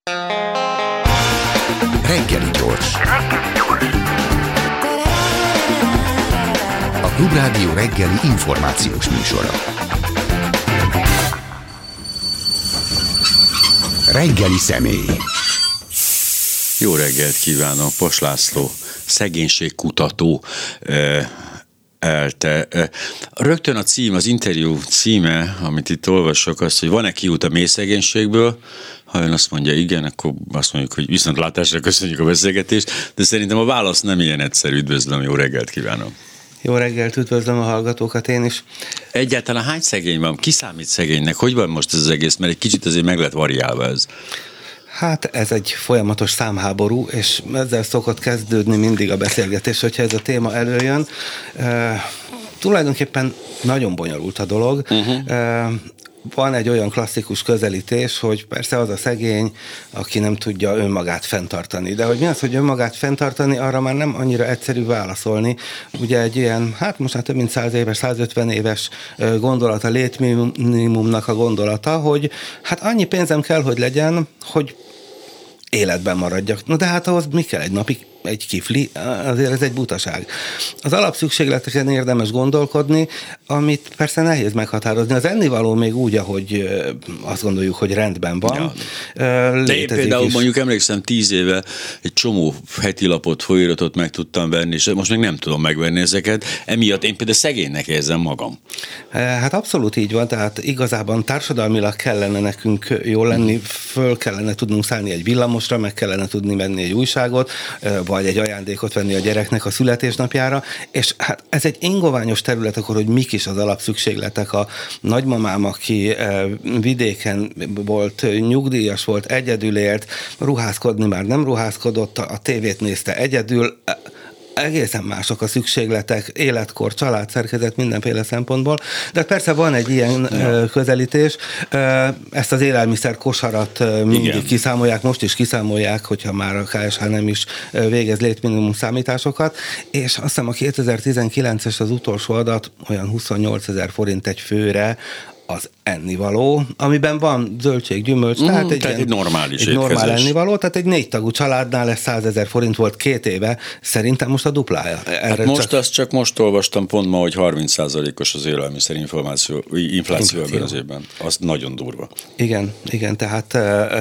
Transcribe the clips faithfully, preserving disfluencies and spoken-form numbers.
Reggeli gyors. A Klubrádió reggeli információs műsora. Reggeli személy. Jó reggelt kívánok, Pos László, szegénységkutató elte. Rögtön a cím, az interjú címe, amit itt olvasok, az, hogy van-e kiút a mély szegénységből? Ha ön azt mondja igen, akkor azt mondjuk, hogy viszontlátásra köszönjük a beszélgetést, de szerintem a válasz nem ilyen egyszerű. Üdvözlöm, jó reggelt kívánok. Jó reggelt, üdvözlöm a hallgatókat én is. Egyáltalán hány szegény van? Ki számít szegénynek? Hogy van most ez az egész? Mert egy kicsit azért meg lett variálva ez. Hát ez egy folyamatos számháború, és ezzel szokott kezdődni mindig a beszélgetés, hogyha ez a téma előjön. E, tulajdonképpen nagyon bonyolult a dolog. Uh-huh. E, Van egy olyan klasszikus közelítés, hogy persze az a szegény, aki nem tudja önmagát fenntartani. De hogy mi az, hogy önmagát fenntartani, arra már nem annyira egyszerű válaszolni. Ugye egy ilyen, hát most már több mint száz éves, százötven éves gondolat, a létminimumnak a gondolata, hogy hát annyi pénzem kell, hogy legyen, hogy életben maradjak. Na de hát ahhoz mi kell egy napig? Egy kifli, azért ez egy butaság. Az alapszükségleteken érdemes gondolkodni, amit persze nehéz meghatározni. Az ennivaló még úgy, ahogy azt gondoljuk, hogy rendben van. Ja. De én például is. Mondjuk emlékszem, tíz éve egy csomó heti lapot, folyóiratot meg tudtam venni, és most még nem tudom megvenni ezeket. Emiatt én például szegénynek érzem magam. Hát abszolút így van, tehát igazában társadalmilag kellene nekünk jól lenni, föl kellene tudnunk szállni egy villamosra, meg kellene tudni venni egy újságot, vagy egy ajándékot venni a gyereknek a születésnapjára, és hát ez egy ingoványos terület akkor, hogy mik is az alapszükségletek. A nagymamám, aki vidéken volt, nyugdíjas volt, egyedül élt, ruházkodni már nem ruházkodott, a tévét nézte egyedül, egészen mások a szükségletek, életkor, családszerkezet, mindenféle szempontból, de persze van egy ilyen ja. közelítés. Ezt az élelmiszer kosarat mindig Igen. kiszámolják, most is kiszámolják, hogyha már a ká es há nem is végez létminimum számításokat, és azt hiszem a kétezer-tizenkilences az utolsó adat, olyan huszonnyolcezer forint egy főre, az ennivaló, amiben van zöldség, gyümölcs, mm, tehát, egy, tehát ilyen, egy normális egy normál ennivaló, tehát egy négy tagú családnál ez százezer forint volt két éve, szerintem most a duplája. Erre hát most csak... azt csak most olvastam pont ma, hogy harminc százalékos az élelmiszer infláció, infláció ebben az évben. Az nagyon durva. Igen, igen, tehát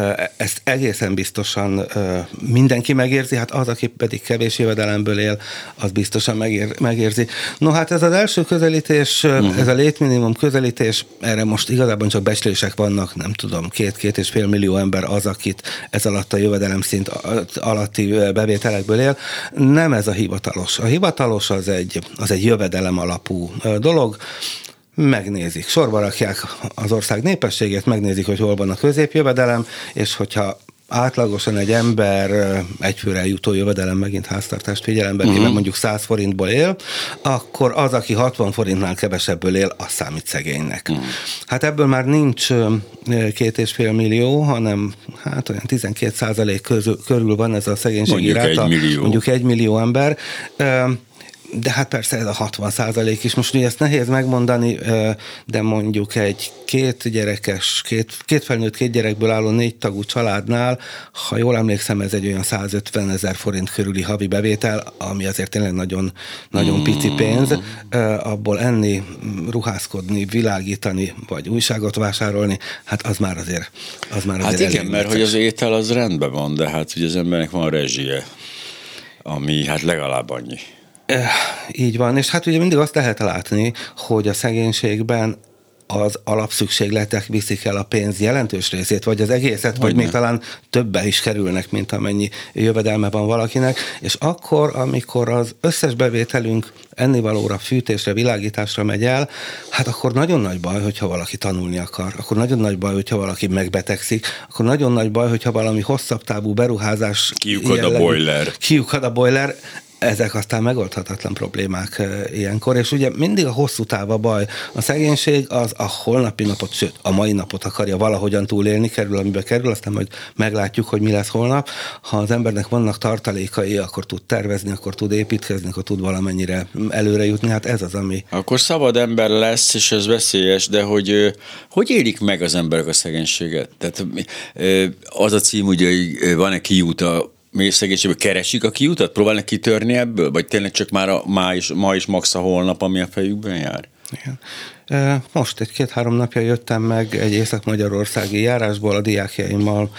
ezt egészen biztosan mindenki megérzi, hát az, aki pedig kevés jövedelemből él, az biztosan megér, megérzi. No hát ez az első közelítés, uh-huh. ez a létminimum közelítés, erre most igazából csak becslések vannak, nem tudom, két-két és fél millió ember az, akit ez alatt a jövedelemszint alatti bevételekből él. Nem ez a hivatalos. A hivatalos az egy, az egy jövedelem alapú dolog. Megnézik, sorba rakják az ország népességét, megnézik, hogy hol van a középjövedelem, és hogyha átlagosan egy ember egyfőre jutó jövedelem, megint háztartást figyelembe, uh-huh. mert mondjuk száz forintból él, akkor az, aki hatvan forintnál kevesebből él, az számít szegénynek. Uh-huh. Hát ebből már nincs két és fél millió, hanem hát olyan tizenkét százalék közül, körül van ez a szegénységi ráta. Mondjuk egy millió ember. De hát persze ez a hatvan százalék is. Most ugye ezt nehéz megmondani, de mondjuk egy két gyerekes, két, két felnőtt, két gyerekből álló négy tagú családnál, ha jól emlékszem, ez egy olyan százötven ezer forint körüli havi bevétel, ami azért tényleg nagyon, nagyon pici pénz. Abból enni, ruházkodni, világítani, vagy újságot vásárolni, hát az már azért, az már azért hát igen, mert necces. Hogy az étel az rendben van, de hát ugye az embernek van rezsie, ami hát legalább annyi. Így van, és hát ugye mindig azt lehet látni, hogy a szegénységben az alapszükségletek viszik el a pénz jelentős részét, vagy az egészet, vagy még talán többe is kerülnek, mint amennyi jövedelme van valakinek, és akkor, amikor az összes bevételünk ennivalóra, fűtésre, világításra megy el, hát akkor nagyon nagy baj, hogyha valaki tanulni akar, akkor nagyon nagy baj, hogyha valaki megbetegszik, akkor nagyon nagy baj, hogyha valami hosszabb távú beruházás kiukad a boiler. Kiukad a boiler. ezek aztán megoldhatatlan problémák ilyenkor, és ugye mindig a hosszú táv a baj. A szegénység az a holnapi napot, sőt, a mai napot akarja valahogyan túlélni, kerül, amiben kerül, aztán majd meglátjuk, hogy mi lesz holnap. Ha az embernek vannak tartalékai, akkor tud tervezni, akkor tud építkezni, akkor tud valamennyire előre jutni, hát ez az, ami... Akkor szabad ember lesz, és ez veszélyes, de hogy hogy élik meg az emberek a szegénységet? Tehát az a cím, ugye, van-e kiút a mély szegénységből, keresik a kiutat? Próbálnak kitörni ebből? Vagy tényleg csak már a, ma, is, ma is max a holnap, ami a fejükben jár? Igen. Most egy két-három napja jöttem meg egy észak-magyarországi járásból a diákjaimmal,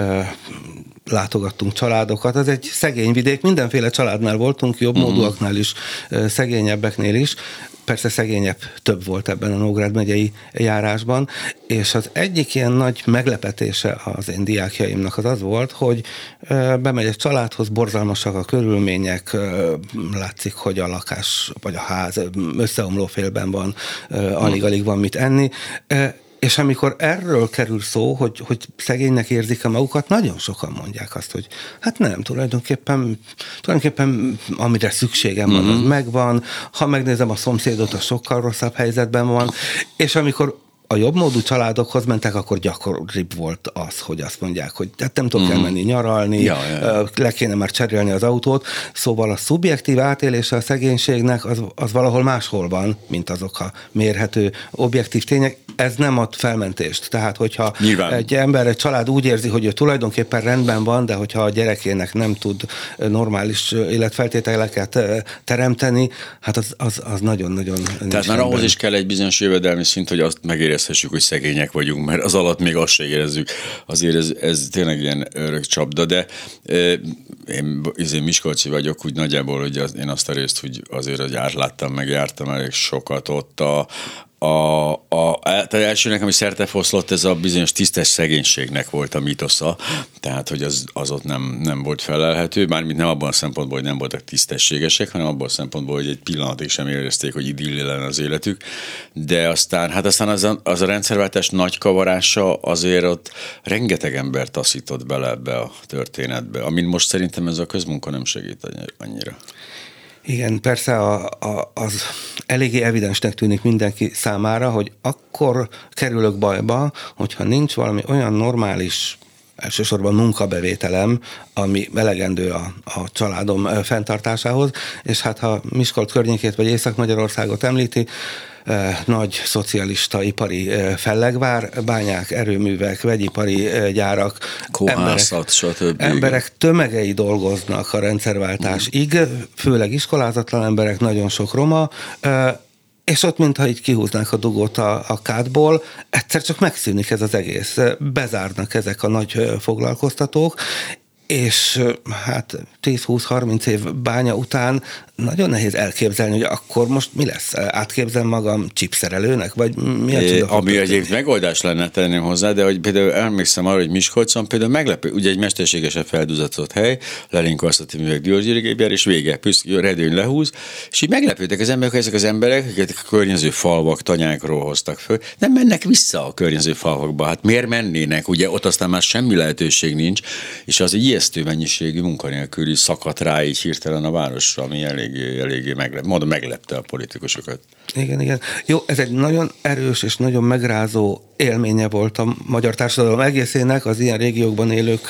látogattunk családokat. Ez egy szegény vidék, mindenféle családnál voltunk, jobb uh-huh. módúaknál is, szegényebbeknél is. Persze szegényebb több volt ebben a Nógrád megyei járásban, és az egyik ilyen nagy meglepetése az én diákjaimnak az az volt, hogy bemegy egy családhoz, borzalmasak a körülmények, látszik, hogy a lakás vagy a ház összeomló félben van, alig-alig van mit enni, és amikor erről kerül szó, hogy, hogy szegénynek érzik a magukat, nagyon sokan mondják azt, hogy hát nem, tulajdonképpen, tulajdonképpen amire szükségem van, mm-hmm. az megvan, ha megnézem a szomszédot, az sokkal rosszabb helyzetben van, és amikor a jobbmódú családokhoz mentek, akkor gyakoribb volt az, hogy azt mondják, hogy hát nem tudok mm-hmm. elmenni nyaralni, ja, ja. le kéne már cserélni az autót, szóval a szubjektív átélése a szegénységnek az, az valahol máshol van, mint azok a mérhető objektív tények. Ez nem ad felmentést. Tehát, hogyha Nyilván. egy ember, egy család úgy érzi, hogy ő tulajdonképpen rendben van, de hogyha a gyerekének nem tud normális életfeltételeket teremteni, hát az, az, az nagyon-nagyon... Tehát már ahhoz is kell egy bizonyos jövedelmi szint, hogy azt megérezhessük, hogy szegények vagyunk, mert az alatt még azt se érezzük. Azért ez, ez tényleg ilyen örök csapda, de én, én Miskolci vagyok, úgy nagyjából, hogy az, én azt a részt, hogy azért, hogy átláttam, meg jártam elég sokat ott a A, a, tehát elsőnek, ami szertefoszlott, ez a bizonyos tisztes szegénységnek volt a mítosza, tehát, hogy az, az ott nem, nem volt felelhető, mármint nem abban a szempontból, hogy nem voltak tisztességesek, hanem abban a szempontból, hogy egy pillanatig sem érezték, hogy idilli lenne az életük, de aztán, hát aztán az a, az a rendszerváltás nagy kavarása azért ott rengeteg embert taszított bele ebbe a történetbe, amin most szerintem ez a közmunka nem segít annyira. Igen, persze a, a, az eléggé evidensnek tűnik mindenki számára, hogy akkor kerülök bajba, hogyha nincs valami olyan normális, elsősorban munkabevételem, ami elegendő a, a családom fenntartásához, és hát ha Miskolc környékét vagy Észak-Magyarországot említi, nagy szocialista ipari fellegvár, bányák, erőművek, vegyipari gyárak, kóhászat, stb. Emberek tömegei dolgoznak a rendszerváltásig, főleg iskolázatlan emberek, nagyon sok roma, és ott, mintha így kihúznák a dugót a, a kádból, egyszer csak megszűnik ez az egész. Bezárnak ezek a nagy foglalkoztatók, és hát tíz-húsz-harminc év bánya után nagyon nehéz elképzelni, hogy akkor most mi lesz? Átképzem magam chipszerelőnek? Vagy mi a é, Ami egyébként megoldás lenne, tenném hozzá, de hogy például emlékszem arra, hogy Miskolcon például meglepő, ugye egy mesterségesen felduzzatott hely, lelinkolszati művek Diósgyőri és vége, redőny lehúz, és így meglepődtek az emberek, hogy ezek az emberek, akiket a környező falvak, tanyákról hoztak föl, nem mennek vissza a környező falvakba. Hát miért mennének? Ugye ott aztán már semmi lehetőség nincs, és az egy ijesztő mennyiségű munkanélküli szakadt rá így hirtelen a városra, ami eléggé, eléggé meglep, mondom, meglepte a politikusokat. Igen, igen. Jó, ez egy nagyon erős és nagyon megrázó élménye volt a magyar társadalom egészének, az ilyen régiókban élők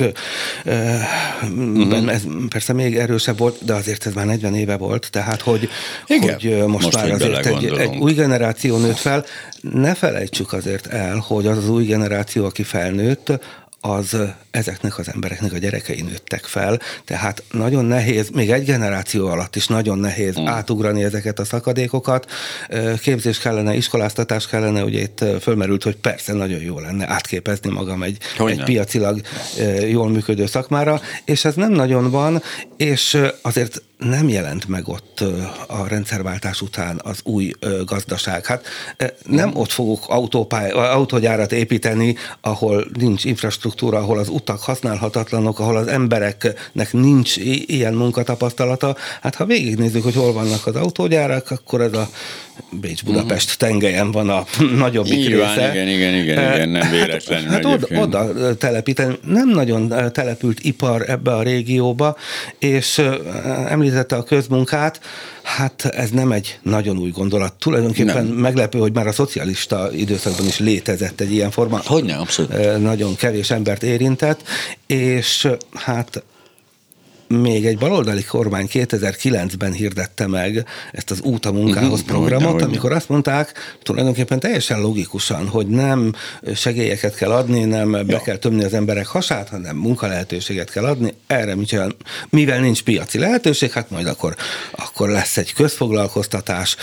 uh-huh. ez persze még erősebb volt, de azért ez már negyven éve volt, tehát hogy, hogy most, most már azért egy, egy új generáció nőtt fel. Ne felejtsük azért el, hogy az az új generáció, aki felnőtt, az ezeknek az embereknek a gyerekei nőttek fel, tehát nagyon nehéz, még egy generáció alatt is nagyon nehéz mm. átugrani ezeket a szakadékokat. Képzés kellene, iskoláztatás kellene, ugye itt fölmerült, hogy persze nagyon jó lenne átképezni magam egy, egy piacilag jól működő szakmára, és ez nem nagyon van, és azért nem jelent meg ott a rendszerváltás után az új gazdaság. Hát nem ott fogok autópály, autógyárat építeni, ahol nincs infrastruktúra, ahol az utak használhatatlanok, ahol az embereknek nincs ilyen munkatapasztalata. Hát ha végignézzük, hogy hol vannak az autógyárak, akkor ez a Bécs-Budapest tengelyen van a nagyobbik része. Igen, igen, igen, igen, nem véletlenül. Hát, hát oda, oda telepíteni. Nem nagyon települt ipar ebbe a régióba, és említettem, említette a közmunkát, hát ez nem egy nagyon új gondolat. Tulajdonképpen nem. Meglepő, hogy már a szocialista időszakban is létezett egy ilyen forma. Hogyne, abszolút. Nagyon kevés embert érintett, és hát még egy baloldali kormány kétezer-kilencben hirdette meg ezt az Út a munkához uh-huh, programot, hogyne, amikor hogyne. Azt mondták tulajdonképpen teljesen logikusan, hogy nem segélyeket kell adni, nem ja. be kell tömni az emberek hasát, hanem munkalehetőséget kell adni. Erre mivel nincs piaci lehetőség, hát majd akkor, akkor lesz egy közfoglalkoztatás.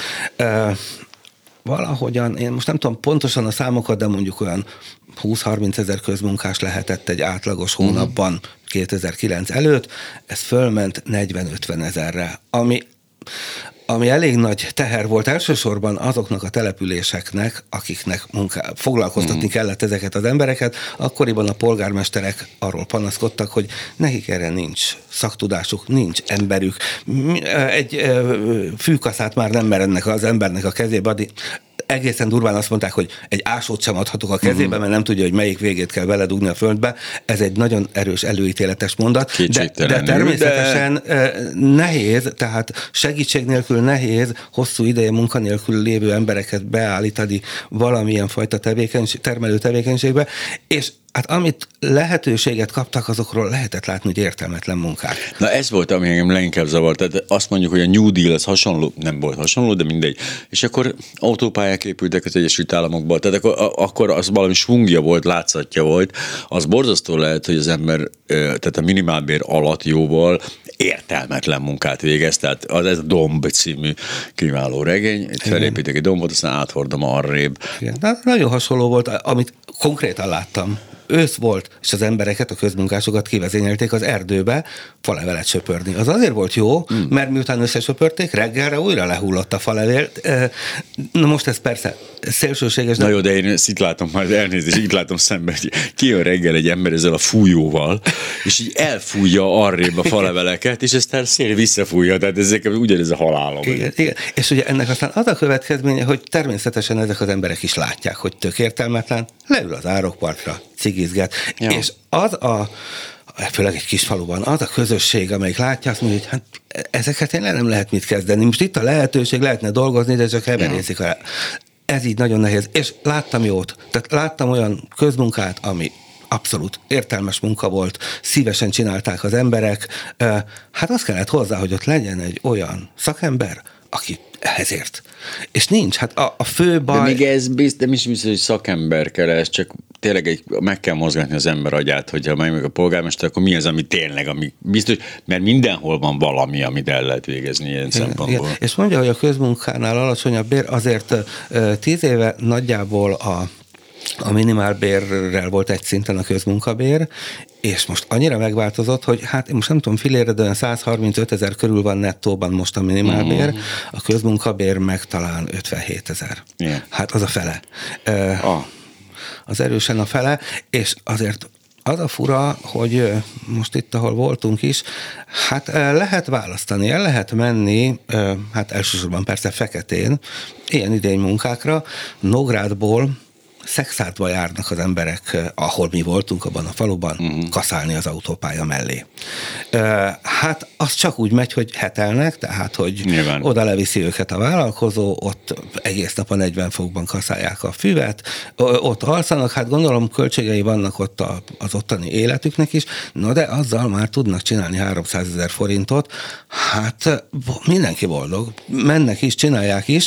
Valahogyan, én most nem tudom pontosan a számokat, de mondjuk olyan húsz-harminc ezer közmunkás lehetett egy átlagos hónapban kétezer-kilenc előtt, ez fölment negyven-ötven ezerre, ami, ami elég nagy teher volt elsősorban azoknak a településeknek, akiknek munká, foglalkoztatni kellett ezeket az embereket. Akkoriban a polgármesterek arról panaszkodtak, hogy nekik erre nincs szaktudásuk, nincs emberük. Egy fűkaszát már nem merednek az embernek a kezébe adni. Egészen durván azt mondták, hogy egy ásót sem adhatok a kezébe, mert nem tudja, hogy melyik végét kell beledugni a földbe. Ez egy nagyon erős előítéletes mondat. De, de természetesen de... nehéz, tehát segítség nélkül nehéz hosszú ideje munkanélkül lévő embereket beállítani valamilyen fajta tevékenység, termelő tevékenységbe, és hát amit lehetőséget kaptak, azokról lehetett látni, hogy értelmetlen munkák. Na ez volt, ami engem leginkább zavart. Tehát azt mondjuk, hogy a New Deal az hasonló, nem volt hasonló, de mindegy. És akkor autópályák épültek az Egyesült Államokban. Tehát akkor, akkor az valami svungja volt, látszatja volt. Az borzasztó lehet, hogy az ember, tehát a minimálbér alatt jóval értelmetlen munkát végez. Tehát az ez a Domb című kiváló regény. Itt felépítek egy dombot, aztán áthordom arrébb. Igen. De nagyon hasonló volt, amit konkrétan láttam. Ősz volt, és az embereket, a közmunkásokat kivezényelték az erdőbe falevelet söpörni. Az azért volt jó, mm. mert miután összesöpörték, reggelre újra lehullott a falevél. Na most ez persze szélsőséges. Na jó, de én ezt itt látom, majd elnézést, itt látom szemben, hogy kijön reggel egy ember ezzel a fújóval, és így elfújja arrébb a faleveleket, és aztán szél visszafújja, tehát ezek ugyanez a halálom. Igen, igen, és ugye ennek aztán az a következménye, hogy természetesen ezek az emberek is látják, hogy tök értelmetlen, leül az árokpartra, cigizget, ja. És az a főleg egy kis faluban, az a közösség, amelyik látja, azt mondja, hogy hát ezeket tényleg nem lehet mit kezdeni. Most itt a lehetőség, lehetne dolgozni, de csak heverészik alá. Ez így nagyon nehéz. És láttam jót. Tehát láttam olyan közmunkát, ami abszolút értelmes munka volt, szívesen csinálták az emberek. Hát azt kellett hozzá, hogy ott legyen egy olyan szakember, aki ehhez ért. És nincs. Hát a, a fő baj... De még ez biztos, nem is biztos, hogy szakember kell, ez csak tényleg egy, meg kell mozgatni az ember agyát, hogyha meg a polgármester, akkor mi az, ami tényleg, ami biztos, mert mindenhol van valami, amit el lehet végezni ilyen igen, szempontból. Igen. És mondja, hogy a közmunkánál alacsonyabb bér, azért tíz éve nagyjából a A minimálbérrel volt egy szinten a közmunkabér, és most annyira megváltozott, hogy hát én most nem tudom, filére, de olyan száz harmincöt ezer körül van nettóban most a minimálbér, mm. a közmunkabér meg talán ötvenhét ezer. Yeah. Hát az a fele. Ah. Az erősen a fele, és azért az a fura, hogy most itt, ahol voltunk is, hát lehet választani, el lehet menni, hát elsősorban persze feketén, ilyen idény munkákra, Nógrádból Szexárdba járnak az emberek, ahol mi voltunk, abban a faluban, uh-huh. kaszálni az autópálya mellé. Hát az csak úgy megy, hogy hetelnek, tehát, hogy nyilván oda leviszi őket a vállalkozó, ott egész nap a negyven fokban kaszálják a füvet, ott alszanak, hát gondolom költségei vannak ott az ottani életüknek is, no de azzal már tudnak csinálni háromszázezer forintot, hát mindenki boldog, mennek is, csinálják is,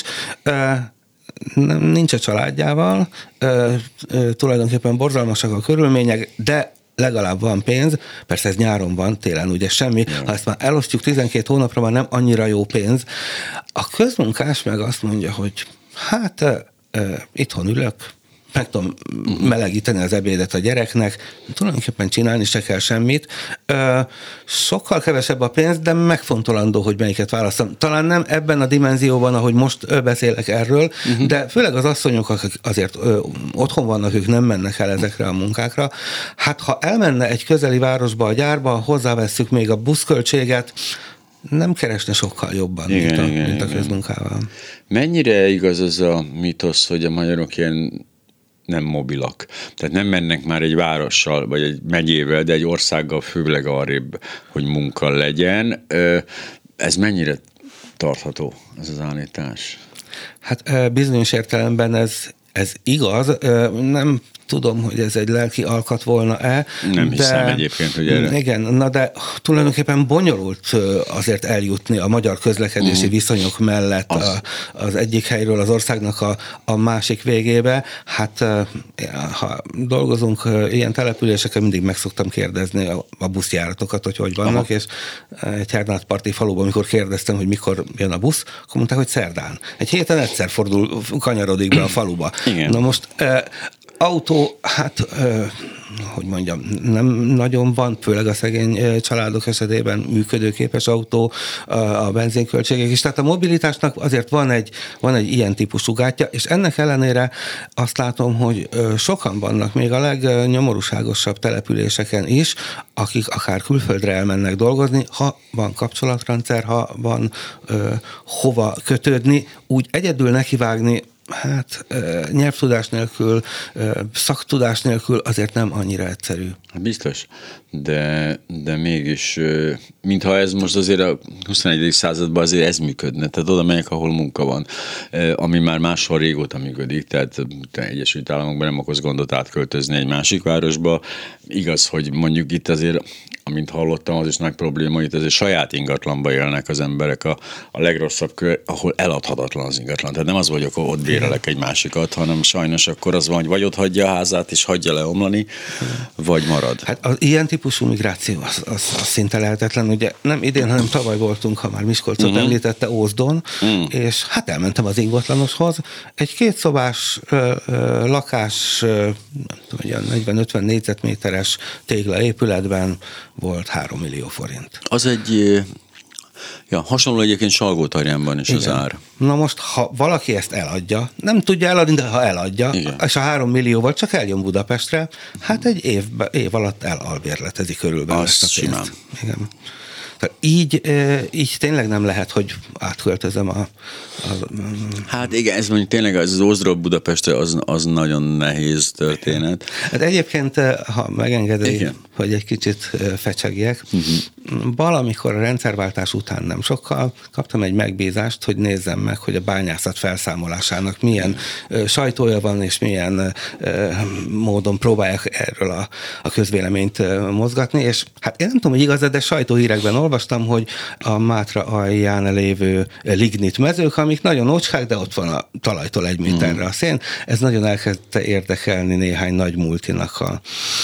Nem, nincs a családjával, ö, ö, tulajdonképpen borzalmasak a körülmények, de legalább van pénz, persze ez nyáron van, télen ugye semmi, ja. Ha ezt már elosztjuk tizenkét hónapra, már nem annyira jó pénz. A közmunkás meg azt mondja, hogy hát ö, ö, itthon ülök, meg tudom melegíteni az ebédet a gyereknek, tulajdonképpen csinálni se kell semmit. Ö, sokkal kevesebb a pénz, de megfontolandó, hogy melyiket választom. Talán nem ebben a dimenzióban, ahogy most beszélek erről, uh-huh. de főleg az asszonyok, akik azért ö, otthon vannak, ők nem mennek el ezekre a munkákra. Hát ha elmenne egy közeli városba, a gyárba, hozzávesszük még a buszköltséget, nem keresne sokkal jobban, igen, mint a, igen, mint a közmunkával. Mennyire igaz az a mitosz, hogy a magyarok ilyen nem mobilak. Tehát nem mennek már egy várossal, vagy egy megyével, de egy országgal főleg arrébb, hogy munka legyen. ez mennyire tartható, ez az állítás? Hát bizonyos értelemben ez, ez igaz. Nem tudom, hogy ez egy lelki alkat volna-e. Nem de, hiszem egyébként, hogy erre. Igen, na de tulajdonképpen bonyolult azért eljutni a magyar közlekedési uh-huh. viszonyok mellett az. A, az egyik helyről az országnak a, a másik végébe. Hát ha dolgozunk ilyen településeken, mindig meg szoktam kérdezni a, a buszjáratokat, hogy hogy vannak, aha. és egy Hernádparti faluban, amikor kérdeztem, hogy mikor jön a busz, akkor mondták, hogy szerdán. Egy héten egyszer fordul, kanyarodik be a faluba. Igen. Na most autó, hát, hogy mondjam, nem nagyon van, főleg a szegény családok esetében működőképes autó, a benzinköltségek is. Tehát a mobilitásnak azért van egy, van egy ilyen típusú gátja, és ennek ellenére azt látom, hogy sokan vannak még a legnyomorúságosabb településeken is, akik akár külföldre elmennek dolgozni, ha van kapcsolatrendszer, ha van ö, hova kötődni, úgy egyedül nekivágni, hát nyelvtudás nélkül, szaktudás nélkül azért nem annyira egyszerű. Biztos, de, de mégis, mintha ez most azért a huszonegyedik században azért ez működne, tehát oda megyek, ahol munka van, ami már máshol régóta működik, tehát Egyesült Államokban nem okoz gondot átköltözni egy másik városba. Igaz, hogy mondjuk itt azért, amint hallottam, az is nagy probléma, itt azért saját ingatlanba élnek az emberek, a, a legrosszabb kör, ahol eladhatatlan az ingatlan. Tehát nem az vagyok, hogy ott bérelek egy másikat, hanem sajnos akkor az van, hogy vagy ott hagyja a házát, és hagyja leomlani, vagy marad. Hát az ilyen típusú migráció az, az, az szinte lehetetlen. Ugye nem idén, hanem tavaly voltunk, ha már Miskolcot uh-huh. említette, Ózdon, uh-huh. és hát elmentem az ingatlanoshoz. Egy kétszobás ö, ö, lakás, ö, nem tudom, olyan negyven-ötven négyzetméteres tégla épületben volt három millió forint. Az egy... Ja, hasonló egyébként Salgótarjánban is. Igen. Az ár. Na most, ha valaki ezt eladja, nem tudja eladni, de ha eladja, igen. és a három millióval csak eljön Budapestre, hát egy évbe, év alatt elalbérletezi körülbelül azt ezt a pénzt. Simán. Igen. Tehát így, így tényleg nem lehet, hogy átköltözöm a... a hát igen, ez mondjuk tényleg az Ózdról Budapestre az, az nagyon nehéz történet. Hát egyébként, ha megengedő, igen. hogy egy kicsit fecsegjek, uh-huh. valamikor a rendszerváltás után nem sokkal kaptam egy megbízást, hogy nézzem meg, hogy a bányászat felszámolásának milyen uh-huh. sajtója van, és milyen uh, módon próbálják erről a, a közvéleményt mozgatni, és hát én nem tudom, hogy igaz, de sajtóhírekben olvastam, hogy a Mátra alján lévő lignit mezők, amik nagyon ócskák, de ott van a talajtól egy méterre a szén. Ez nagyon elkezdte érdekelni néhány nagy multinak a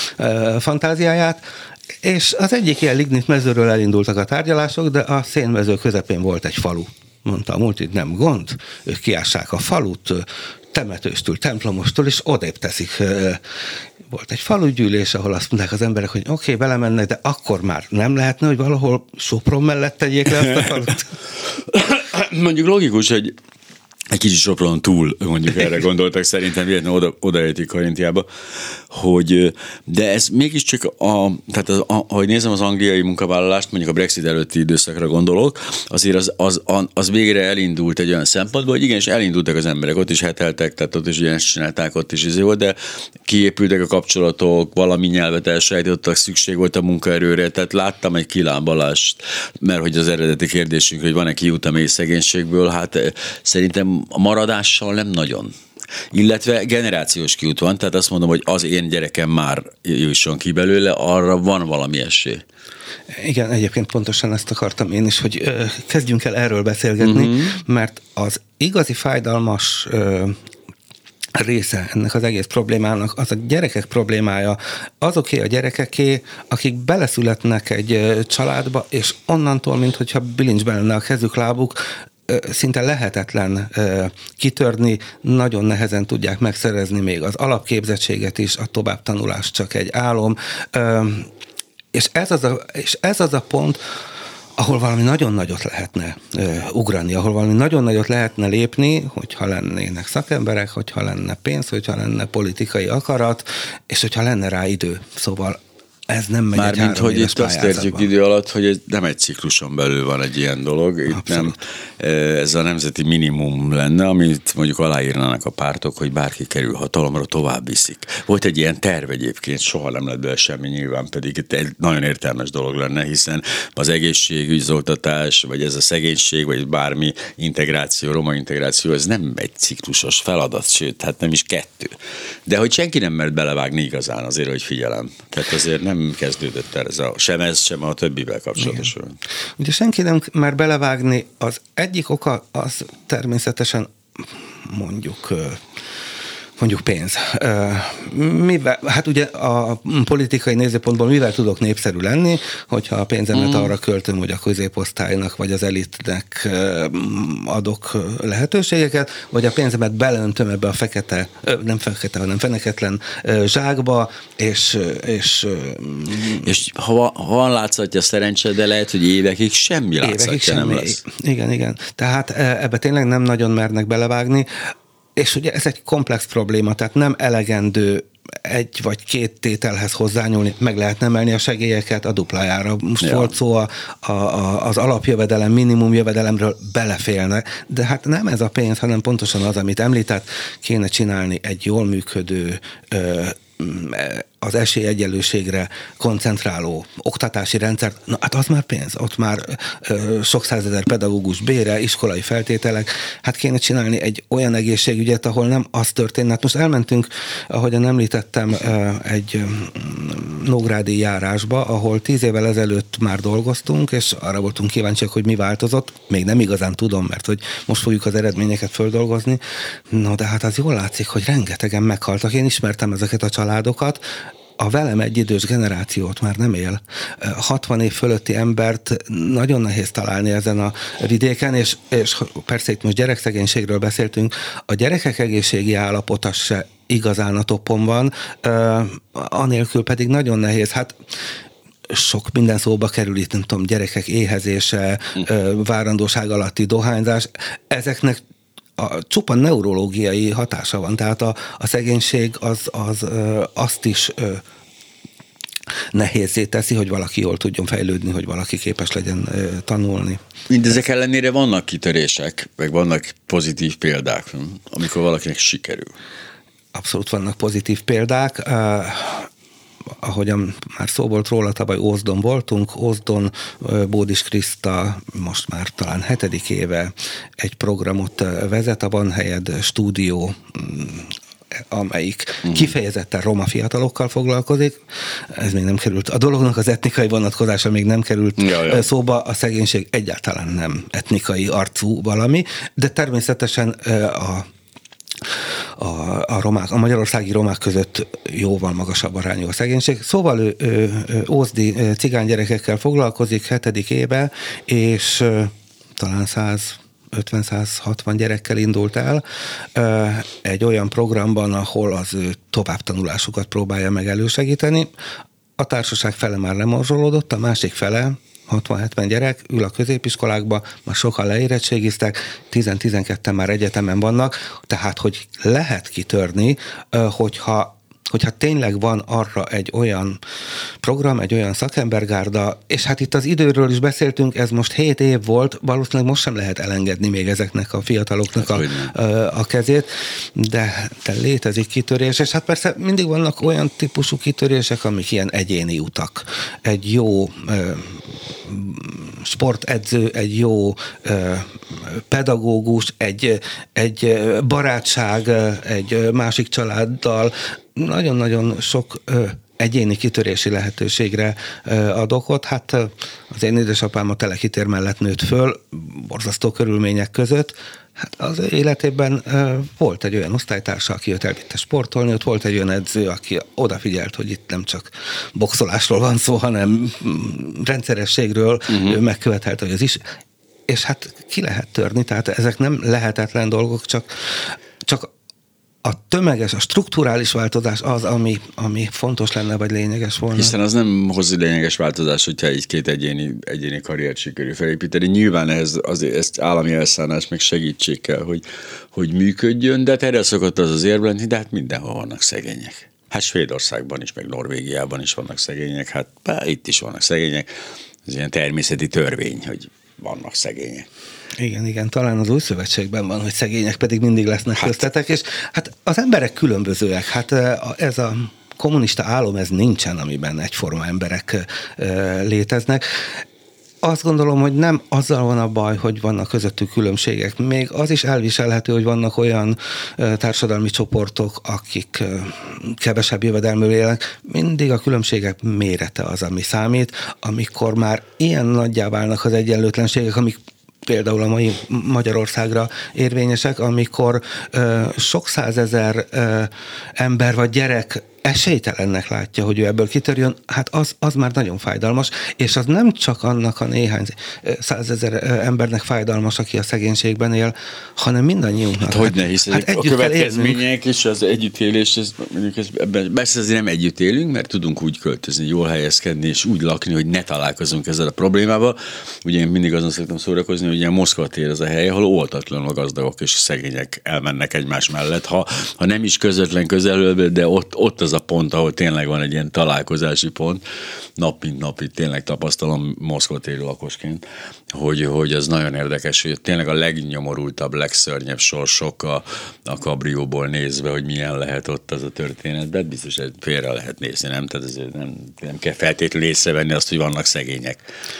e, fantáziáját, és az egyik ilyen lignit mezőről elindultak a tárgyalások, de a szénmező közepén volt egy falu. Mondta a multit, nem gond, ők kiássák a falut, temetőstől, templomostól, és odébb teszik. Volt egy falugyűlés, ahol azt mondták az emberek, hogy oké, okay, belemennek, de akkor már nem lehetne, hogy valahol Sopron mellett tegyék le ezt a falut? Mondjuk logikus, hogy egy kicsit Sopronon túl, mondjuk erre gondoltak szerintem, illetve oda, odaértik Karintiába, hogy, de ez mégiscsak, a, tehát az, a, ahogy nézem az angliai munkavállalást, mondjuk a Brexit előtti időszakra gondolok, azért az, az, az végre elindult egy olyan szempontból, hogy igenis elindultak az emberek, ott is heteltek, tehát ott is ugyanezt csinálták, ott is izé volt, de kiépültek a kapcsolatok, valami nyelvet elsajátítottak, szükség volt a munkaerőre, tehát láttam egy kilábalást, mert hogy az eredeti kérdésünk, hogy van-e kiút a mély szegénységből, hát szerintem a maradással nem nagyon. Illetve generációs kiút van, tehát azt mondom, hogy az én gyerekem már jusson ki belőle, arra van valami esély. Igen, egyébként pontosan ezt akartam én is, hogy ö, kezdjünk el erről beszélgetni, uh-huh. mert az igazi fájdalmas ö, része ennek az egész problémának, az a gyerekek problémája, azoké a gyerekeké, akik beleszületnek egy családba, és onnantól, minthogyha bilincsben lenne a kezük, lábuk, szinte lehetetlen kitörni, nagyon nehezen tudják megszerezni még az alapképzettséget is, a továbbtanulás csak egy álom, és ez az a, és ez az a pont, ahol valami nagyon nagyot lehetne ugrani, ahol valami nagyon nagyot lehetne lépni, hogyha lennének szakemberek, hogyha lenne pénz, hogyha lenne politikai akarat, és hogyha lenne rá idő. Szóval Ez nem megy Mármint, hogy itt azt értjük idő alatt, hogy ez nem egy cikluson belül van egy ilyen dolog. Itt abszolút. Nem ez a nemzeti minimum lenne, amit mondjuk aláírnának a pártok, hogy bárki kerül hatalomra, tovább viszik. Volt egy ilyen terv egyébként, soha nem lett belőle semmi, nyilván pedig itt egy nagyon értelmes dolog lenne, hiszen az egészségügy, az oktatás, vagy ez a szegénység, vagy bármi integráció, roma integráció, ez nem egy ciklusos feladat, sőt, hát nem is kettő. De hogy senki nem mert belevágni igazán azért, hogy figyelem. Tehát azért nem kezdődött el ez a, sem ez, sem a többivel kapcsolatosan. Ugye senki nem mer belevágni, az egyik oka az természetesen mondjuk mondjuk pénz. Mivel, hát ugye a politikai nézőpontból mivel tudok népszerű lenni, hogyha a pénzemet mm. arra költöm, hogy a középosztálynak vagy az elitnek adok lehetőségeket, vagy a pénzemet beleöntöm ebbe a fekete, nem fekete, hanem feneketlen zsákba, és és, és ha, ha van látszatja szerencse, de lehet, hogy évekig semmi látszatja évekig nem semmi. Lesz. Igen, igen. Tehát ebbe tényleg nem nagyon mernek belevágni. És ugye ez egy komplex probléma, tehát nem elegendő egy vagy két tételhez hozzányúlni, meg lehet emelni a segélyeket a duplájára. Most ja. volt szó a, a, a, az alapjövedelem, minimum jövedelemről belefélne, de hát nem ez a pénz, hanem pontosan az, amit említett, kéne csinálni egy jól működő ö, az esélyegyenlőségre koncentráló oktatási rendszert, na hát az már pénz, ott már ö, sok százezer pedagógus bére, iskolai feltételek, hát kéne csinálni egy olyan egészségügyet, ahol nem az történne. Hát most elmentünk, ahogyan említettem, ö, egy ö, nógrádi járásba, ahol tíz évvel ezelőtt már dolgoztunk, és arra voltunk kíváncsiak, hogy mi változott. Még nem igazán tudom, mert hogy most fogjuk az eredményeket földolgozni. No, de hát az jól látszik, hogy rengetegen meghaltak. Én ismertem ezeket a családokat, a velem egyidős generációt már nem él. hatvan év fölötti embert nagyon nehéz találni ezen a vidéken, és, és persze itt most gyerekszegénységről beszéltünk, a gyerekek egészségi állapota se igazán a toppon van, anélkül pedig nagyon nehéz. Hát sok minden szóba kerül itt, nem tudom, gyerekek éhezése, várandóság alatti dohányzás, ezeknek a csupa neurológiai hatása van, tehát a, a szegénység az, az ö, azt is ö, nehézzé teszi, hogy valaki jól tudjon fejlődni, hogy valaki képes legyen ö, tanulni. Mindezek ellenére vannak kitörések, meg vannak pozitív példák, amikor valakinek sikerül. Abszolút vannak pozitív példák. Uh, ahogyan már szó volt róla, tavaly Ózdon voltunk, Ózdon Bódis Kriszta most már talán hetedik éve egy programot vezet, a Van Helyed stúdió, amelyik uh-huh. kifejezetten roma fiatalokkal foglalkozik. Ez még nem került, a dolognak az etnikai vonatkozása még nem került ja, ja. szóba, a szegénység egyáltalán nem etnikai arcú valami, de természetesen a A, a, romák, a magyarországi romák között jóval magasabb arányú a szegénység. Szóval ő, ő, ő ózdi cigány gyerekekkel foglalkozik hetedik éve, és ö, talán százötven hatvan gyerekkel indult el ö, egy olyan programban, ahol az ő továbbtanulásukat próbálja meg elősegíteni. A társaság fele már lemorzsolódott, a másik fele hatvan-hetven gyerek ül a középiskolákba, már sokan leérettségiztek, tíz-tizenketten már egyetemen vannak, tehát hogy lehet kitörni, hogyha hogyha tényleg van arra egy olyan program, egy olyan szakembergárda, és hát itt az időről is beszéltünk, ez most hét év volt, valószínűleg most sem lehet elengedni még ezeknek a fiataloknak a, a kezét, de, de létezik kitörés, és hát persze mindig vannak olyan típusú kitörések, amik ilyen egyéni utak. Egy jó sportedző, egy jó pedagógus, egy, egy barátság egy másik családdal, nagyon-nagyon sok egyéni kitörési lehetőségre ad okot. Hát az én édesapám a Telekitér mellett nőtt föl, borzasztó körülmények között. Hát az életében volt egy olyan osztálytársa, aki őt elvitte sportolni, ott volt egy olyan edző, aki odafigyelt, hogy itt nem csak boxolásról van szó, hanem rendszerességről, uh-huh. ő megkövetelte, hogy az is. És hát ki lehet törni, tehát ezek nem lehetetlen dolgok, csak, csak a tömeges, a strukturális változás az, ami, ami fontos lenne, vagy lényeges volna. Hiszen az nem hozzá lényeges változás, hogyha egy-két egyéni, egyéni karriert sikerül felépíteni. Nyilván ehhez azért ezt állami elszállás meg segítség kell, hogy, hogy működjön, de erre szokott az az érv lenni, de hát mindenhol vannak szegények. Hát Svédországban is, meg Norvégiában is vannak szegények, hát bár itt is vannak szegények. Ez ilyen természeti törvény, hogy vannak szegények. Igen, igen, talán az új szövetségben van, hogy szegények pedig mindig lesznek hát. köztetek, és hát az emberek különbözőek, hát ez a kommunista álom, ez nincsen, amiben egyforma emberek léteznek. Azt gondolom, hogy nem azzal van a baj, hogy vannak közöttük különbségek. Még az is elviselhető, hogy vannak olyan társadalmi csoportok, akik kevesebb jövedelmű élnek. Mindig a különbségek mérete az, ami számít, amikor már ilyen nagyjá válnak az egyenlőtlenségek, amik például a mai Magyarországra érvényesek, amikor ö, sok százezer ö, ember vagy gyerek esélytelennek látja, hogy ő ebből kitörjön, hát az, az már nagyon fájdalmas, és az nem csak annak a néhány százezer embernek fájdalmas, aki a szegénységben él, hanem mindannyiunknak. Hát, hogy ne, hiszen hát a következmények és az együttélés, ez, mondjuk ez, ebben, persze azért nem együtt élünk, mert tudunk úgy költözni, jól helyezkedni, és úgy lakni, hogy ne találkozunk ezzel a problémával. Ugye én mindig azon szoktam szórakozni, hogy ilyen Moszkva tér az a hely, ahol oltatlanul a gazdagok és a szegények elmennek egymás mellett, ha, ha nem is közvetlen közelről, de ott, ott az a pont, ahol tényleg van egy ilyen találkozási pont, nap mint nap itt tényleg tapasztalom Moszkva téri lakosként, hogy, hogy ez nagyon érdekes, hogy tényleg a legnyomorultabb, legszörnyebb sorsok a, a kabrióból nézve, hogy milyen lehet ott az a történet, de biztos, hogy félre lehet nézni, nem? Tehát ezért nem, nem kell feltétlenül észrevenni azt, hogy vannak szegények.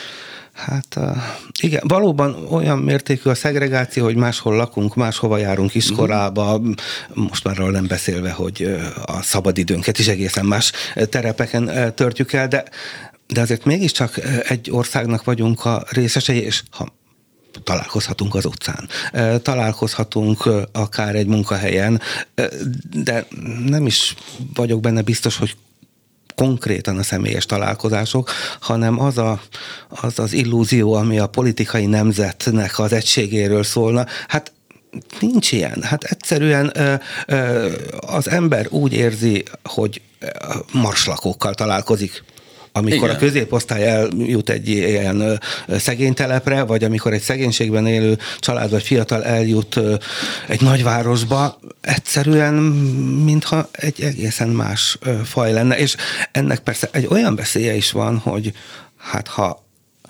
Hát igen, valóban olyan mértékű a szegregáció, hogy máshol lakunk, máshova járunk iskolába, most már arról nem beszélve, hogy a szabadidőnket is egészen más terepeken törtjük el, de, de azért mégiscsak egy országnak vagyunk a részesei, és ha találkozhatunk az utcán, találkozhatunk akár egy munkahelyen, de nem is vagyok benne biztos, hogy konkrétan a személyes találkozások, hanem az, a, az az illúzió, ami a politikai nemzetnek az egységéről szólna, hát nincs ilyen. Hát egyszerűen ö, ö, az ember úgy érzi, hogy marslakókkal találkozik, amikor igen. a középosztály eljut egy ilyen szegénytelepre, vagy amikor egy szegénységben élő család vagy fiatal eljut egy nagyvárosba, egyszerűen mintha egy egészen más faj lenne. És ennek persze egy olyan veszélye is van, hogy hát ha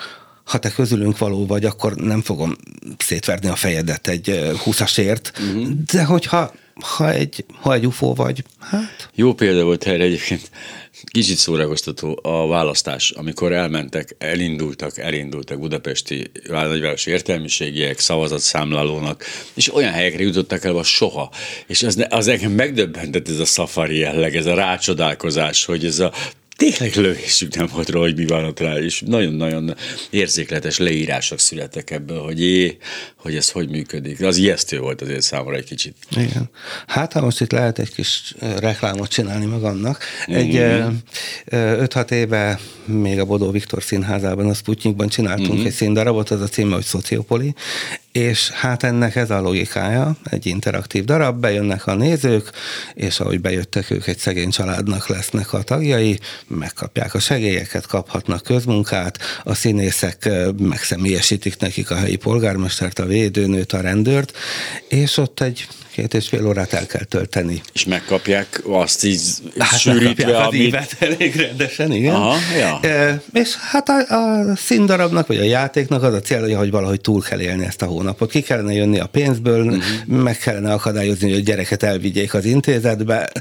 ha te közülünk való vagy, akkor nem fogom szétverni a fejedet egy húszasért, uh-huh. de hogyha ha egy, ha egy ufó vagy, hát... Jó példa volt erre egyébként. Kicsit szórakoztató a választás, amikor elmentek, elindultak, elindultak budapesti nagyvárosi értelmiségiek, szavazatszámlálónak, és olyan helyekre jutottak el, soha. És az, az engem megdöbbentett ez a szafari jelleg, ez a rácsodálkozás, hogy ez a tényleg lövésük nem volt róla, hogy mi van ott rá, és nagyon-nagyon érzékletes leírások születtek ebből, hogy é, hogy ez hogy működik. Az ijesztő volt azért számomra egy kicsit. Igen. Hát, ha most itt lehet egy kis reklámot csinálni magamnak. Egy mm-hmm. öt-hat éve még a Bodó Viktor Színházában, a Sputnikban csináltunk mm-hmm. egy színdarabot, az a címe, hogy Szociopoli, és hát ennek ez a logikája, egy interaktív darab, bejönnek a nézők, és ahogy bejöttek, ők egy szegény családnak lesznek a tagjai, megkapják a segélyeket, kaphatnak közmunkát, a színészek megszemélyesítik nekik a helyi polgármestert, a védőnőt, a rendőrt, és ott egy két és fél órát el kell tölteni. És megkapják azt így hát sűrítve, az amit... ívet elég rendesen, igen. Aha, ja. E, és hát a, a színdarabnak, vagy a játéknak az a célja, hogy valahogy túl kell élni ezt a hónapot. Ki kellene jönni a pénzből, uh-huh. meg kellene akadályozni, hogy a gyereket elvigyék az intézetbe,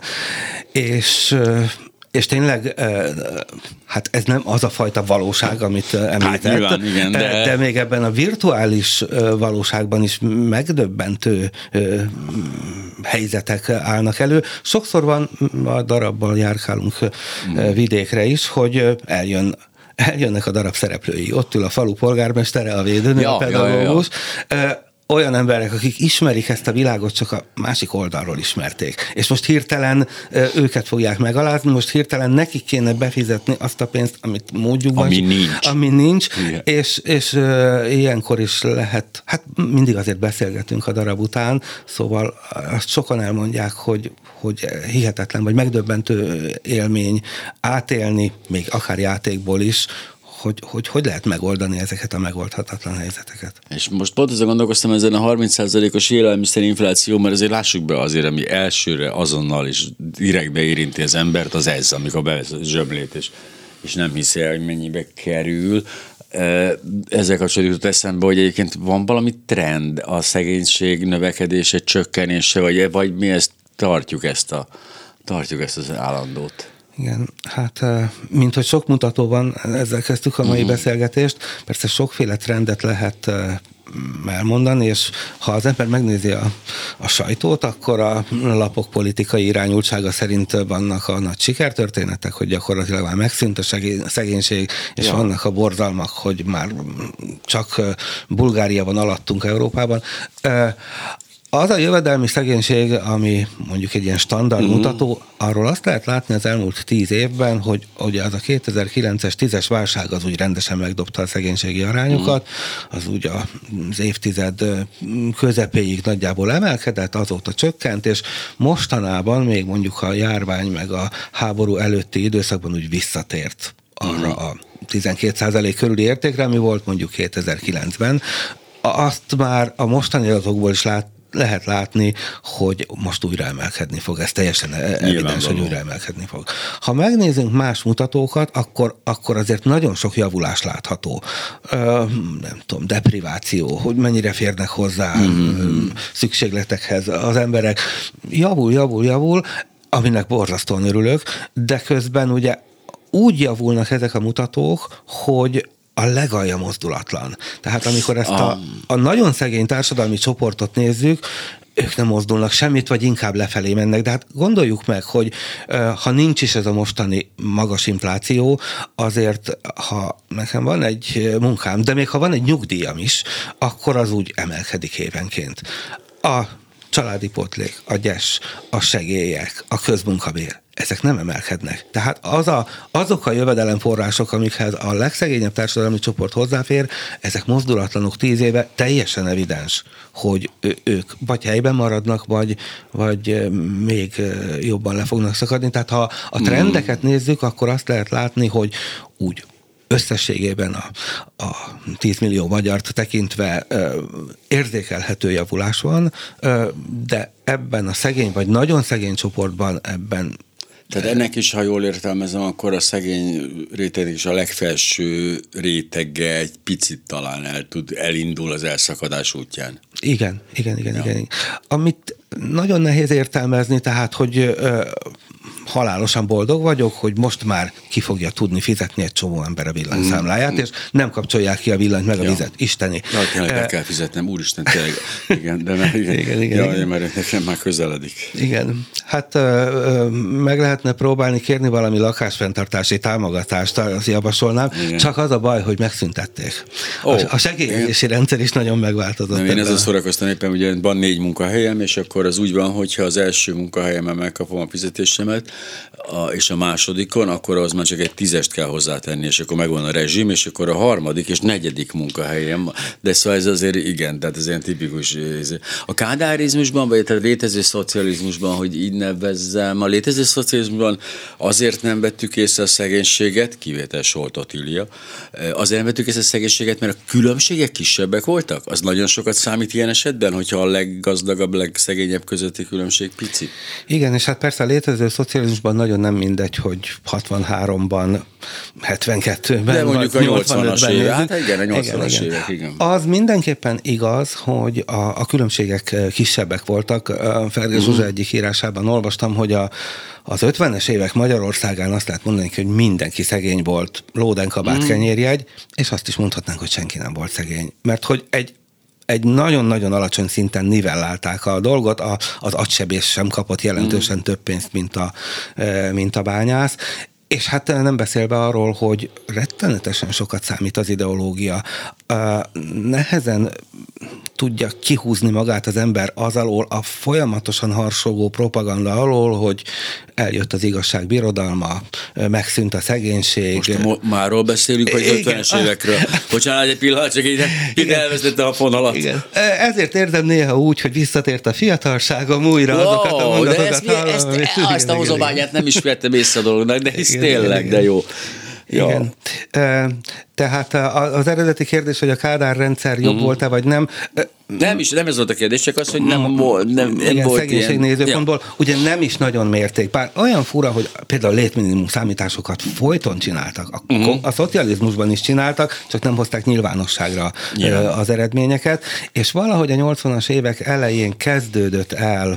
és... És tényleg, hát ez nem az a fajta valóság, amit említett, hát nyilván, igen, de... de még ebben a virtuális valóságban is megdöbbentő helyzetek állnak elő. Sokszor van, a darabbal járkálunk hmm. vidékre is, hogy eljön eljönnek a darab szereplői. Ott ül a falu polgármestere, a védőnő, ja, a pedagógus, ja, ja, ja. Olyan emberek, akik ismerik ezt a világot, csak a másik oldalról ismerték. És most hirtelen őket fogják megalázni, most hirtelen nekik kéne befizetni azt a pénzt, amit módjukban... Ami nincs. Ami nincs, és, és uh, ilyenkor is lehet, hát mindig azért beszélgetünk a darab után, szóval azt sokan elmondják, hogy, hogy hihetetlen, vagy megdöbbentő élmény átélni, még akár játékból is, hogy, hogy hogy lehet megoldani ezeket a megoldhatatlan helyzeteket. És most pont ezzel gondolkoztam ezen a harminc százalékos élelmiszerinfláció, mert azért lássuk be azért, ami elsőre azonnal is direktbe érinti az embert, az ez, amikor bevesz a zsömlét, és, és nem hiszi el, hogy mennyibe kerül. Ezzel kapcsolatban jutott eszembe, hogy egyébként van valami trend a szegénység növekedése, csökkenése, vagy, vagy mi ezt tartjuk ezt, a, tartjuk ezt az állandót? Igen, hát mint hogy sok mutató van, ezzel kezdtük a mai uh-huh. beszélgetést, persze sokféle trendet lehet elmondani, és ha az ember megnézi a, a sajtót, akkor a lapok politikai irányultsága szerint vannak a nagy sikertörténetek, hogy gyakorlatilag már megszűnt a szegénység, és ja. vannak a borzalmak, hogy már csak Bulgária van alattunk Európában. Az a jövedelmi szegénység, ami mondjuk egy ilyen standard uh-huh. mutató, arról azt lehet látni az elmúlt tíz évben, hogy ugye az a kétezer-kilences tízes válság az úgy rendesen megdobta a szegénységi arányokat, az úgy az évtized közepéig nagyjából emelkedett, azóta csökkent, és mostanában még mondjuk a járvány meg a háború előtti időszakban úgy visszatért arra a tizenkét százalék körüli értékre, ami volt mondjuk kétezer-kilencben. Azt már a mostani adatokból is lát, lehet látni, hogy most újra emelkedni fog. Ez teljesen evidens, hogy újra emelkedni fog. Ha megnézzünk más mutatókat, akkor, akkor azért nagyon sok javulás látható. Ö, nem tudom, depriváció, hogy mennyire férnek hozzá mm-hmm. szükségletekhez az emberek. Javul, javul, javul, aminek borzasztóan örülök, de közben ugye úgy javulnak ezek a mutatók, hogy a legalja mozdulatlan. Tehát amikor ezt a, a nagyon szegény társadalmi csoportot nézzük, ők nem mozdulnak semmit, vagy inkább lefelé mennek. De hát gondoljuk meg, hogy ha nincs is ez a mostani magas infláció, azért, ha nekem van egy munkám, de még ha van egy nyugdíjam is, akkor az úgy emelkedik évenként. A családi pótlék, a gyes, a segélyek, a közmunkabér, ezek nem emelkednek. Tehát az a, azok a jövedelemforrások, amikhez a legszegényebb társadalmi csoport hozzáfér, ezek mozdulatlanok tíz éve, teljesen evidens, hogy ők vagy helyben maradnak, vagy, vagy még jobban le fognak szakadni. Tehát ha a trendeket nézzük, akkor azt lehet látni, hogy úgy összességében a, a tíz millió magyart tekintve ö, érzékelhető javulás van, ö, de ebben a szegény vagy nagyon szegény csoportban ebben. Tehát ennek is, ha jól értelmezem, akkor a szegény réteg is a legfelső rétege egy picit talán el tud, elindul az elszakadás útján. Igen, igen, igen, ja. igen. Amit nagyon nehéz értelmezni, tehát, hogy ö, halálosan boldog vagyok, hogy most már ki fogja tudni fizetni egy csomó ember a villanyszámláját, mm. és nem kapcsolják ki a villanyt meg a ja. vizet. Isteni. Ja, tényleg be kell fizetnem, úristen, tényleg. Igen, de már, igen, igen, igen, ja, igen. Mert nekem már közeledik. Igen. Hát ö, meg lehetne próbálni kérni valami lakásfenntartási támogatást, azt javasolnám, igen. csak az a baj, hogy megszüntették. Oh, a segélyezési rendszer is nagyon megváltozott. Nem, én ezzel szórakoztam éppen, ugye van négy munkahelyem, és akkor az úgy van, hogyha az első munkahelyemen megkapom a fizetésemet, a, és a másodikon, akkor az már csak egy tízest kell hozzátenni, és akkor megvan a rezsim, és akkor a harmadik és negyedik munkahelyem. De szóval ez azért igen, tehát ez ilyen tipikus. A kádárizmusban, vagy a létező szocializmusban, hogy így nevezzem, a létező szocializmusban azért nem vettük észre a szegénységet, kivétel Solt Otília, azért nem vettük észre a szegénységet, mert a különbségek kisebbek voltak? Az nagyon sokat számít ilyen esetben, hogyha a leggazdagabb, legszegényebb közötti különbség pici? Igen, és hát persze a létező szocializmusban nagyon nem mindegy, hogy hatvanháromban, hetvenkettőben, de mondjuk a nyolcvanas évek, hát igen, a nyolcvanas igen, évek, igen. Az mindenképpen igaz, hogy a, a különbségek kisebbek voltak. Ferge Zsuzsa uh-huh. egyik írásában olvastam, hogy a, az ötvenes évek Magyarországán azt lehet mondani, hogy mindenki szegény volt, lódenkabát, uh-huh. kenyérjegy, és azt is mondhatnánk, hogy senki nem volt szegény. Mert hogy egy egy nagyon-nagyon alacsony szinten nivellálták a dolgot, a, az agysebész sem kapott jelentősen mm. több pénzt, mint a, mint a bányász, és hát nem beszélve arról, hogy rettenetesen sokat számít az ideológia. Nehezen tudja kihúzni magát az ember az alól, a folyamatosan harsogó propaganda alól, hogy eljött az igazság birodalma, megszűnt a szegénység. Most mo- márról beszélünk, vagy ötvenes évekről. Bocsánat, egy pillanat, csak így, így elvesztette a fonalat. Igen. Ezért érzem néha úgy, hogy visszatért a fiatalságom újra wow, azokat a mondatokat. De ezt, ezt, ezt, ezt a hozományát nem ismertem észre a dolognak, de hisz tényleg, igen, de jó. Ja. Igen. Tehát az eredeti kérdés, hogy a Kádár rendszer jobb uh-huh. volt-e, vagy nem. Nem is, nem ez volt a kérdés, csak az, hogy nem, nem, nem igen, volt szegénység ilyen. nézőpontból, ja. Ugye nem is nagyon mérték. Bár olyan fura, hogy például a létminimum számításokat folyton csináltak. A, uh-huh. a szocializmusban is csináltak, csak nem hozták nyilvánosságra yeah. az eredményeket. És valahogy a nyolcvanas évek elején kezdődött el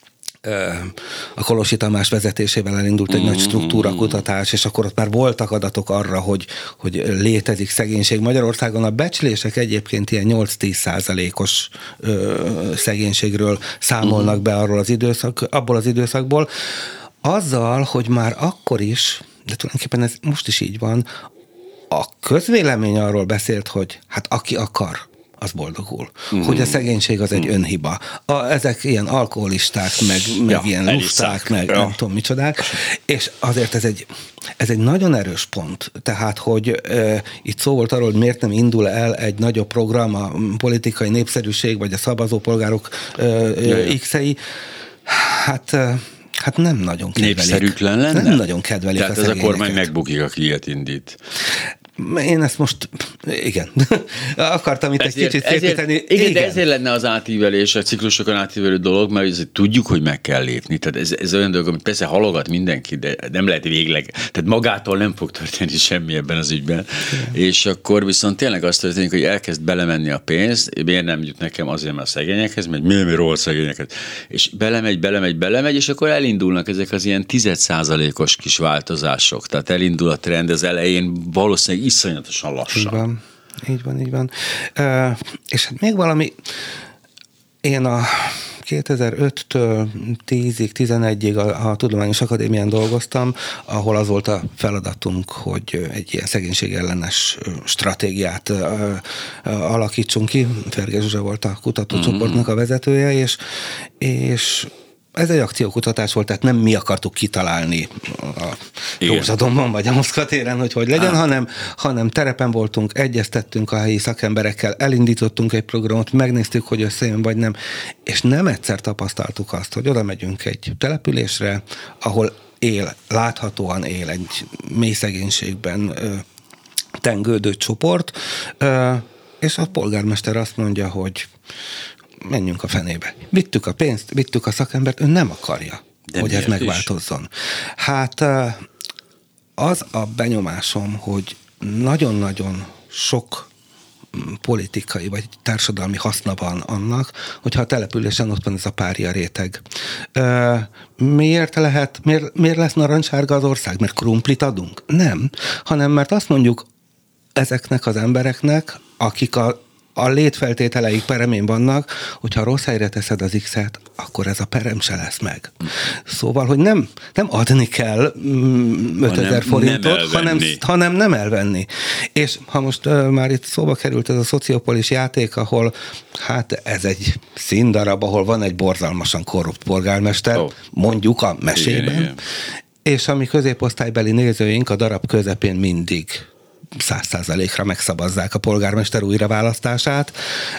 a Kolossy Tamás vezetésével elindult egy mm. nagy struktúrakutatás, és akkor ott már voltak adatok arra, hogy, hogy létezik szegénység Magyarországon. A becslések egyébként ilyen nyolc-tíz százalékos ö, szegénységről számolnak mm. be arról az időszak, abból az időszakból. Azzal, hogy már akkor is, de tulajdonképpen ez most is így van, a közvélemény arról beszélt, hogy hát aki akar, az boldogul. Mm. Hogy a szegénység az egy mm. önhiba. A, ezek ilyen alkoholisták, meg, meg ja, ilyen lusták, meg ja. nem tudom micsodák. És azért ez egy, ez egy nagyon erős pont. Tehát, hogy e, itt szó volt arról, hogy miért nem indul el egy nagyobb program, a politikai népszerűség, vagy a szavazópolgárok e, e, X-ei. Hát... E, Hát nem nagyon kedvelik. Népszerűtlen lenne? Nem nagyon kedvelik Tehát a ez a kormány megbukik, aki ilyet indít. Én ezt most, igen, akartam itt ezért, egy kicsit szépíteni. Igen, igen, de ezért lenne az átívelés, a ciklusokon átívelő dolog, mert azért tudjuk, hogy meg kell lépni. Tehát ez, ez olyan dolog, amit persze halogat mindenki, de nem lehet végleg. Tehát magától nem fog történni semmi ebben az ügyben. Igen. És akkor viszont tényleg azt történik, hogy elkezd belemenni a pénz, miért nem jut nekem azért, mert a szegényekhez, mert miért mi róla szegényekhez. És belemegy, belemegy, belemegy, és akkor elindulnak ezek az ilyen tized százalékos kis változások. Tehát elindul a trend az elején valószínűleg iszonyatosan lassan. Így van, így van, így van. Uh, és hát még valami, én a kétezer-öttől tízig, tizenegyig a, a Tudományos Akadémián dolgoztam, ahol az volt a feladatunk, hogy egy ilyen szegénységellenes stratégiát uh, uh, alakítsunk ki. Ferge Zsuzsa volt a kutatócsoportnak a vezetője, és, és ez egy akciókutatás volt, tehát nem mi akartuk kitalálni a Rózsadombon vagy a Moszkva téren, hogy hogy legyen, hanem, hanem terepen voltunk, egyeztettünk a helyi szakemberekkel, elindítottunk egy programot, megnéztük, hogy összejön vagy nem, és nem egyszer tapasztaltuk azt, hogy oda megyünk egy településre, ahol él, láthatóan él egy mély szegénységben ö, tengődő csoport, ö, és a polgármester azt mondja, hogy menjünk a fenébe. Vittük a pénzt, vittük a szakembert, ő nem akarja, de hogy ez megváltozzon. Is? Hát az a benyomásom, hogy nagyon-nagyon sok politikai vagy társadalmi haszna van annak, hogyha a településen ott van ez a párja réteg. Miért lehet, miért, miért lesz narancssárga az ország? Mert krumplit adunk? Nem, hanem mert azt mondjuk ezeknek az embereknek, akik a a létfeltételeik peremén vannak, hogyha rossz helyre teszed az X-et, akkor ez a perem se lesz meg. Szóval, hogy nem, nem adni kell ötezer forintot, nem hanem, hanem nem elvenni. És ha most uh, már itt szóba került ez a Szociopolis játék, ahol hát ez egy színdarab, ahol van egy borzalmasan korrupt polgármester, oh. mondjuk a mesében, igen, igen. És a mi középosztálybeli nézőink a darab közepén mindig száz százalékra megszavazzák a polgármester újraválasztását.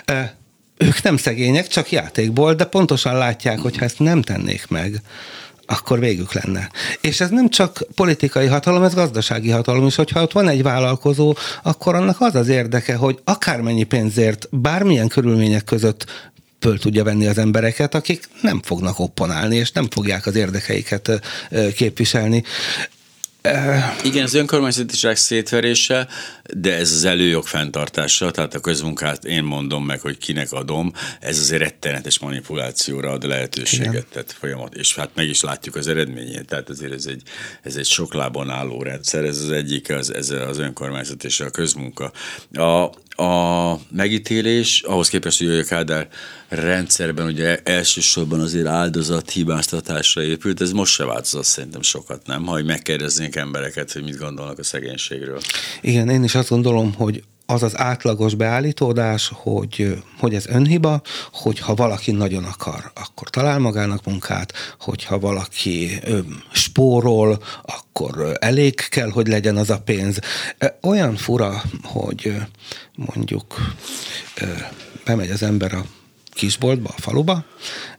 Ők nem szegények, csak játékból, de pontosan látják, hogy ha ezt nem tennék meg, akkor végük lenne. És ez nem csak politikai hatalom, ez gazdasági hatalom is, hogyha ott van egy vállalkozó, akkor annak az az érdeke, hogy akármennyi pénzért, bármilyen körülmények között föl tudja venni az embereket, akik nem fognak opponálni, és nem fogják az érdekeiket képviselni. Igen, az önkormányzatiság szétverése, de ez az előjog fenntartása, tehát a közmunkát én mondom meg, hogy kinek adom, ez azért rettenetes manipulációra ad lehetőséget, igen. Tehát folyamat, és hát meg is látjuk az eredményét, tehát azért ez egy, ez egy sok lábon álló rendszer, ez az egyik, az, ez az önkormányzat és a közmunka. A, a megítélés, ahhoz képest, hogy a Kádár rendszerben ugye elsősorban azért áldozat hibáztatásra épült, ez most se változott szerintem sokat, nem? Ha megkérdeznénk embereket, hogy mit gondolnak a szegénységről. Igen, én is azt gondolom, hogy az az átlagos beállítódás, hogy, hogy ez önhiba, hogy ha valaki nagyon akar, akkor talál magának munkát, hogyha valaki ö, spórol, akkor elég kell, hogy legyen az a pénz. Olyan fura, hogy mondjuk ö, bemegy az ember a kisboltba, a faluba,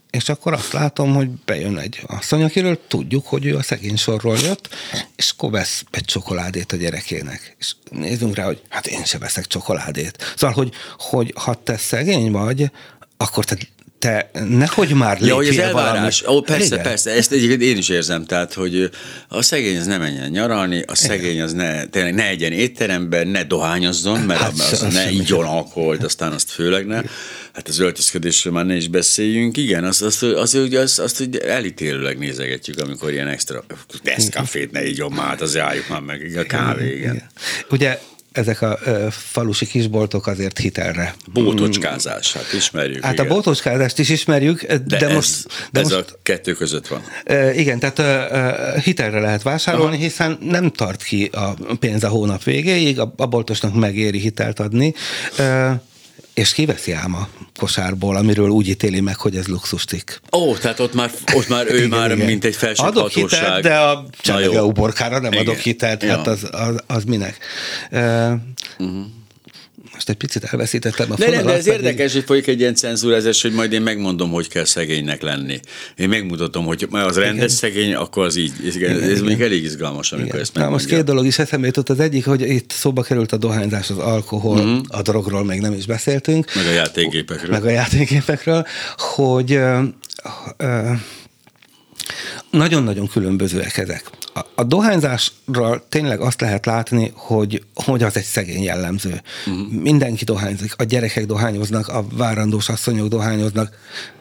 és akkor azt látom, hogy bejön egy asszony, akiről tudjuk, hogy ő a szegény sorról jött, és akkor vesz egy csokoládét a gyerekének. És nézzünk rá, hogy hát én se veszek csokoládét. Szóval, hogy, hogy ha te szegény vagy, akkor te te nehogy már lépjél. Ja, hogy az elvárás. Ó, persze, igen. persze, ezt egyébként én is érzem, tehát, hogy a szegény az ne menjen nyaralni, a szegény az ne, tényleg ne egyen étteremben, ne dohányozzon, mert hát, az, az ne igyon alkoholt, aztán azt főleg ne. Hát az öltözködésről már ne is beszéljünk. Igen, azt, azt, azt, azt, azt, azt úgy elítélőleg nézegetjük, amikor ilyen extra Nescafét ne igyon már, hát az álljuk már meg, a kávé, igen. igen. Ugye ezek a ö, falusi kisboltok azért hitelre. Bótocskázás, hát ismerjük. Hát igen. a bótocskázást is ismerjük, de, de, de ez, most... De ez most, a kettő között van. Ö, igen, tehát ö, ö, hitelre lehet vásárolni, aha, hiszen nem tart ki a pénz a hónap végéig, a, a boltosnak megéri hitelt adni, ö, és kiveszi ám a kosárból, amiről úgy ítéli meg, hogy ez luxustik. Ó, tehát ott már, ott már ő igen, már igen. mint egy felső adok hatóság. Hitelt, de a cselege uborkára nem igen. adok hitelt, ja. hát az, az, az minek. Uh, uh-huh. Most egy picit elveszítettem a de, fonalat. De ez pedig... érdekes, hogy folyik egy ilyen cenzúrázás, hogy majd én megmondom, hogy kell szegénynek lenni. Én megmutatom, hogy az rendes igen. szegény, akkor az így. Ez, igen, ez még elég izgalmas, amikor igen. ezt megmondja. Na most két dolog is eszembe jutott. Az egyik, hogy itt szóba került a dohányzás, az alkohol, uh-huh. a drogról még nem is beszéltünk. Meg a játékgépekről. Meg a játékgépekről, hogy uh, uh, nagyon-nagyon különbözőek ezek. A, a dohányzásról tényleg azt lehet látni, hogy, hogy az egy szegény jellemző. Uh-huh. Mindenki dohányzik, a gyerekek dohányoznak, a várandós asszonyok dohányoznak.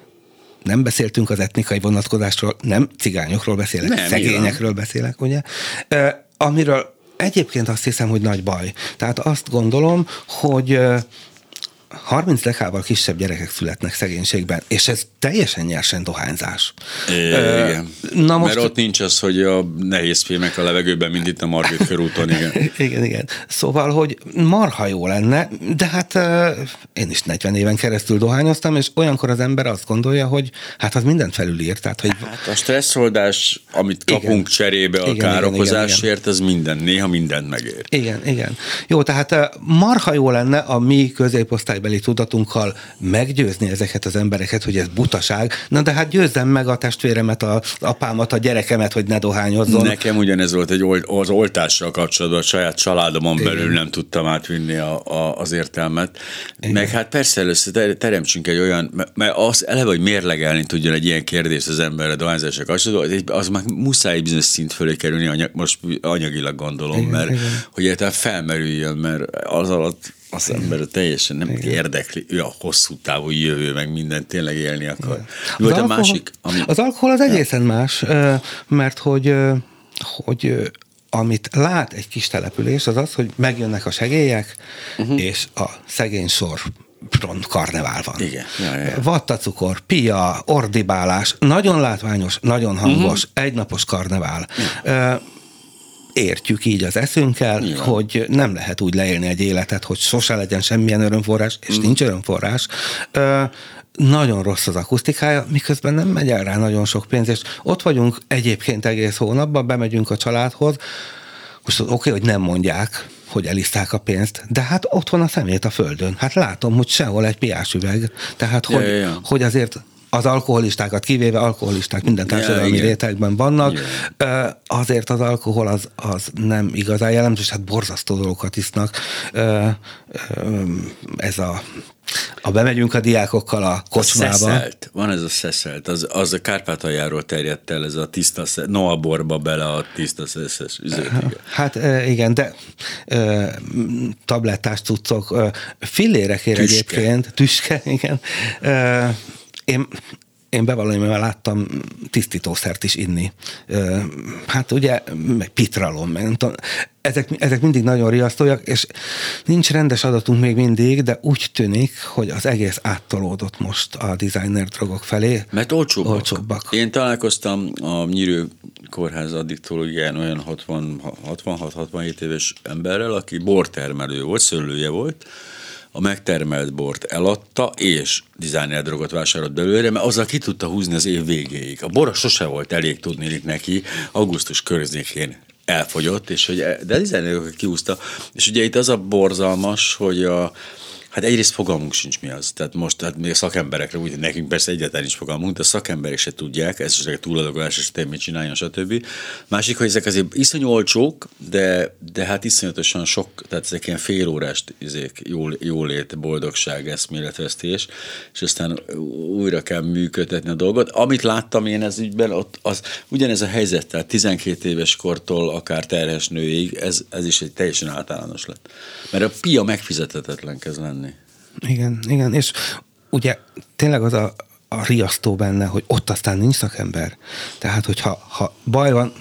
Nem beszéltünk az etnikai vonatkozásról, nem cigányokról beszélek, nem, szegényekről beszélek, ugye? Uh, amiről egyébként azt hiszem, hogy nagy baj. Tehát azt gondolom, hogy uh, harminc dekával kisebb gyerekek születnek szegénységben, és ez teljesen nyersen dohányzás. É, uh, igen. Na most... Mert ott nincs az, hogy a nehéz fémek a levegőben, mint itt a Margit körúton, igen. igen, igen. Szóval, hogy marha jó lenne, de hát uh, én is negyven éven keresztül dohányoztam, és olyankor az ember azt gondolja, hogy hát az mindent felülír. Tehát, hogy... Hát a stresszoldás, amit kapunk igen. cserébe a igen, károkozásért, igen, igen. az minden, néha mindent megér. Igen, igen. Jó, tehát uh, marha jó lenne a mi középosztálybeli tudatunkkal meggyőzni ezeket az embereket, hogy ez butaság. Na de hát győzzem meg a testvéremet, az apámat, a gyerekemet, hogy ne dohányozzon. Nekem ugyanez volt egy old, az oltással kapcsolatban, a saját családomon igen. belül nem tudtam átvinni a, a, az értelmet. Igen. Meg hát persze először teremtsünk egy olyan, mert az eleve, hogy mérlegelni tudjon egy ilyen kérdést az emberre dohányzásra kapcsolatban, az már muszáj bizonyos szint fölé kerülni, anyag, most anyagilag gondolom, igen, mert igen. hogy egyáltalán felmerüljön, mert az alatt az ember teljesen nem igen. érdekli, ő a hosszú távú jövő, meg mindent tényleg élni akar. Az, alkohol, a másik, ami... az alkohol az egészen más, mert hogy, hogy amit lát egy kis település, az az, hogy megjönnek a segélyek, uh-huh. és a szegény sor karnevál van. Igen. Ja, ja, ja. Vattacukor, pia, ordibálás, nagyon látványos, nagyon hangos, uh-huh. egynapos karnevál. Ja. Értjük így az eszünkkel, igen. hogy nem lehet úgy leélni egy életet, hogy sose legyen semmilyen örömforrás, és mm. nincs örömforrás. Ö, nagyon rossz az akusztikája, miközben nem megy el rá nagyon sok pénz, és ott vagyunk egyébként egész hónapban, bemegyünk a családhoz, most oké, okay, hogy nem mondják, hogy eliszták a pénzt, de hát ott van a szemét a földön. Hát látom, hogy sehol egy piás üveg, tehát hogy, ja, ja, ja. hogy azért az alkoholistákat kivéve, alkoholisták minden társadalmi ja, rétegben vannak, ja. azért az alkohol az, az nem igazán jellemző, és hát borzasztó dolgokat isznak. Ez a Ha bemegyünk a diákokkal a kocsmába. A szeszelt, van ez a szeszelt, az, az a Kárpátaljáról terjedt el, ez a tiszta szeszes, Noaborba bele a tiszta szeszes üzlet. Hát igen, de tablettás cuccok, fillérekért tüske. Egyébként, tüske, igen. Én, én bevallom, mert láttam tisztítószert is inni. Hát ugye, meg pitralom, meg nem tudom. Ezek, ezek mindig nagyon riasztóak, és nincs rendes adatunk még mindig, de úgy tűnik, hogy az egész áttolódott most a designer drogok felé. Mert olcsóbbak. olcsóbbak. Én találkoztam a Nyírő Kórház addiktológián olyan hatvanhat-hatvanhét éves emberrel, aki bortermelő volt, szőlője volt, a megtermelt bort eladta, és designer drogot vásárolt belőle, mert azzal ki tudta húzni az év végéig. A bora sose volt elég tudni neki, augusztus környékén elfogyott, és hogy de a designer drogot kihúzta. És ugye itt az a borzalmas, hogy a Hát egyrészt fogalmunk sincs mi az. Tehát most hát még a szakemberekre, úgy nekünk persze egyáltalán nincs fogalmunk, de a szakemberek se tudják, ez is a túladagolás esetén mit csináljon, stb. Másik, hogy ezek azért iszonyú olcsók, de, de hát iszonyatosan sok, tehát ezek ilyen félórás izék, jól, jólét, boldogság, eszméletvesztés, és aztán újra kell működtetni a dolgot. Amit láttam én ez ügyben, ott az ugyanez a helyzet, tehát tizenkét éves kortól akár terhes nőig, ez, ez is egy teljesen általános lett. Mert a pia megfizethetetlen kezd lenni. Igen, igen, és ugye tényleg az a, a riasztó benne, hogy ott aztán nincs szakember. Tehát, hogyha ha baj van,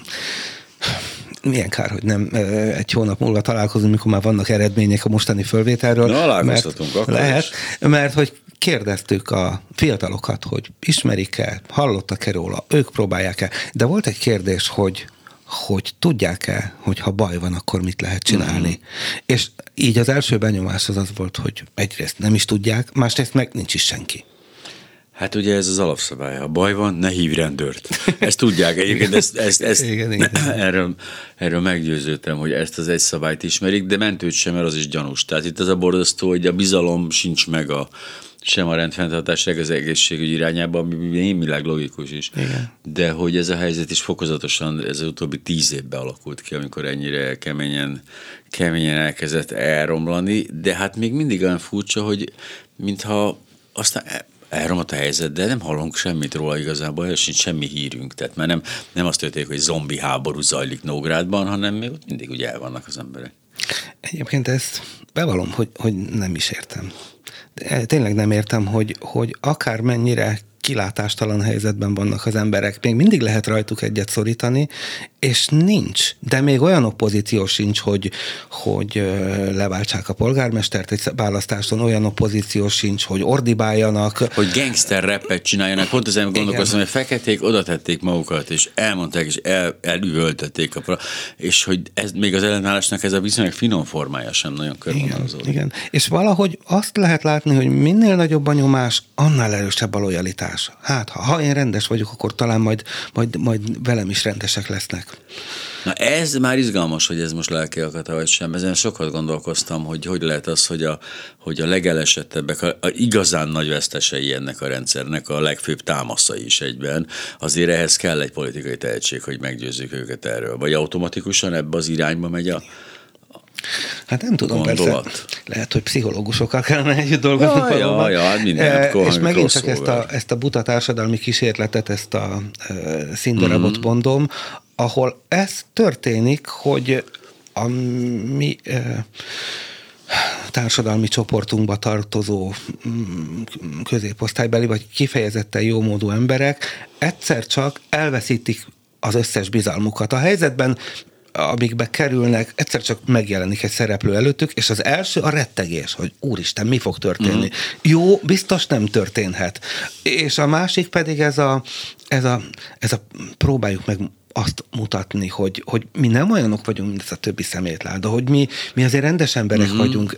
milyen kár, hogy nem egy hónap múlva találkozunk, mikor már vannak eredmények a mostani fölvételről. Na, mert lehet, is. mert hogy kérdeztük a fiatalokat, hogy ismerik-e, hallottak-e róla, ők próbálják-e, de volt egy kérdés, hogy hogy tudják-e, hogy ha baj van, akkor mit lehet csinálni. Mm. És így az első benyomás az az volt, hogy egyrészt nem is tudják, másrészt meg nincs is senki. Hát ugye ez az alapszabály. Ha baj van, ne hívj rendőrt. Ezt tudják egyébként, ezt, ezt, ezt igen, igen. Erről, erről meggyőződtem, hogy ezt az egy szabályt ismerik, de mentőt sem, mert az is gyanús. Tehát itt az a borzasztó, hogy a bizalom sincs meg a sem a rendfenntartás, sem az egészségügy irányában, ami némileg logikus is. Igen. De hogy ez a helyzet is fokozatosan ez az utóbbi tíz évben alakult ki, amikor ennyire keményen, keményen elkezdett elromlani, de hát még mindig olyan furcsa, hogy mintha aztán elromlott a helyzet, de nem hallunk semmit róla igazából, és sincs semmi hírünk. Tehát már nem, nem azt történik, hogy zombi háború zajlik Nógrádban, hanem még ott mindig ugye el vannak az emberek. Egyébként ezt bevallom, hogy, hogy nem is értem. De tényleg nem értem, hogy, hogy akár mennyire kilátástalan helyzetben vannak az emberek, még mindig lehet rajtuk egyet szorítani, és nincs. De még olyan opozíció sincs, hogy, hogy leváltsák a polgármestert egy választáson, olyan opozíció sincs, hogy ordibáljanak. Hogy gangster rappet csináljanak. Pont ezen gondolkoztam, hogy feketék oda tették magukat, és elmondták, és el, elüvöltették. A, és hogy ez, még az ellenállásnak ez a viszonylag finom formája sem nagyon körvonalazódik. Igen, igen. És valahogy azt lehet látni, hogy minél nagyobb a nyomás, annál erősebb a lojalitás. Hát, ha, ha én rendes vagyok, akkor talán majd, majd, majd velem is rendesek lesznek. Na ez már izgalmas, hogy ez most lelki akata vagy sem. Ezen sokat gondolkoztam, hogy hogy lehet az, hogy a, hogy a legelesettebbek, a, a igazán nagy vesztesei ennek a rendszernek, a legfőbb támaszai is egyben, azért ehhez kell egy politikai tehetség, hogy meggyőzzük őket erről. Vagy automatikusan ebbe az irányba megy a Hát nem tudom, gondolat. Persze. Lehet, hogy pszichológusokkal kellene együtt dolgozni. Ja, ja, ja, minden, e, és megint csak ezt a, ezt a buta társadalmi kísérletet, ezt a e, színdarabot mm-hmm. mondom, ahol ez történik, hogy a mi e, társadalmi csoportunkba tartozó középosztálybeli, vagy kifejezetten jómódú emberek egyszer csak elveszítik az összes bizalmukat. A helyzetben amikbe kerülnek, egyszer csak megjelenik egy szereplő előttük, és az első a rettegés, hogy úristen, mi fog történni? Uh-huh. Jó, biztos nem történhet. És a másik pedig ez a, ez a, ez a próbáljuk meg azt mutatni, hogy, hogy mi nem olyanok vagyunk, mint ez a többi szemétlát, de hogy mi, mi azért rendes emberek uh-huh. vagyunk.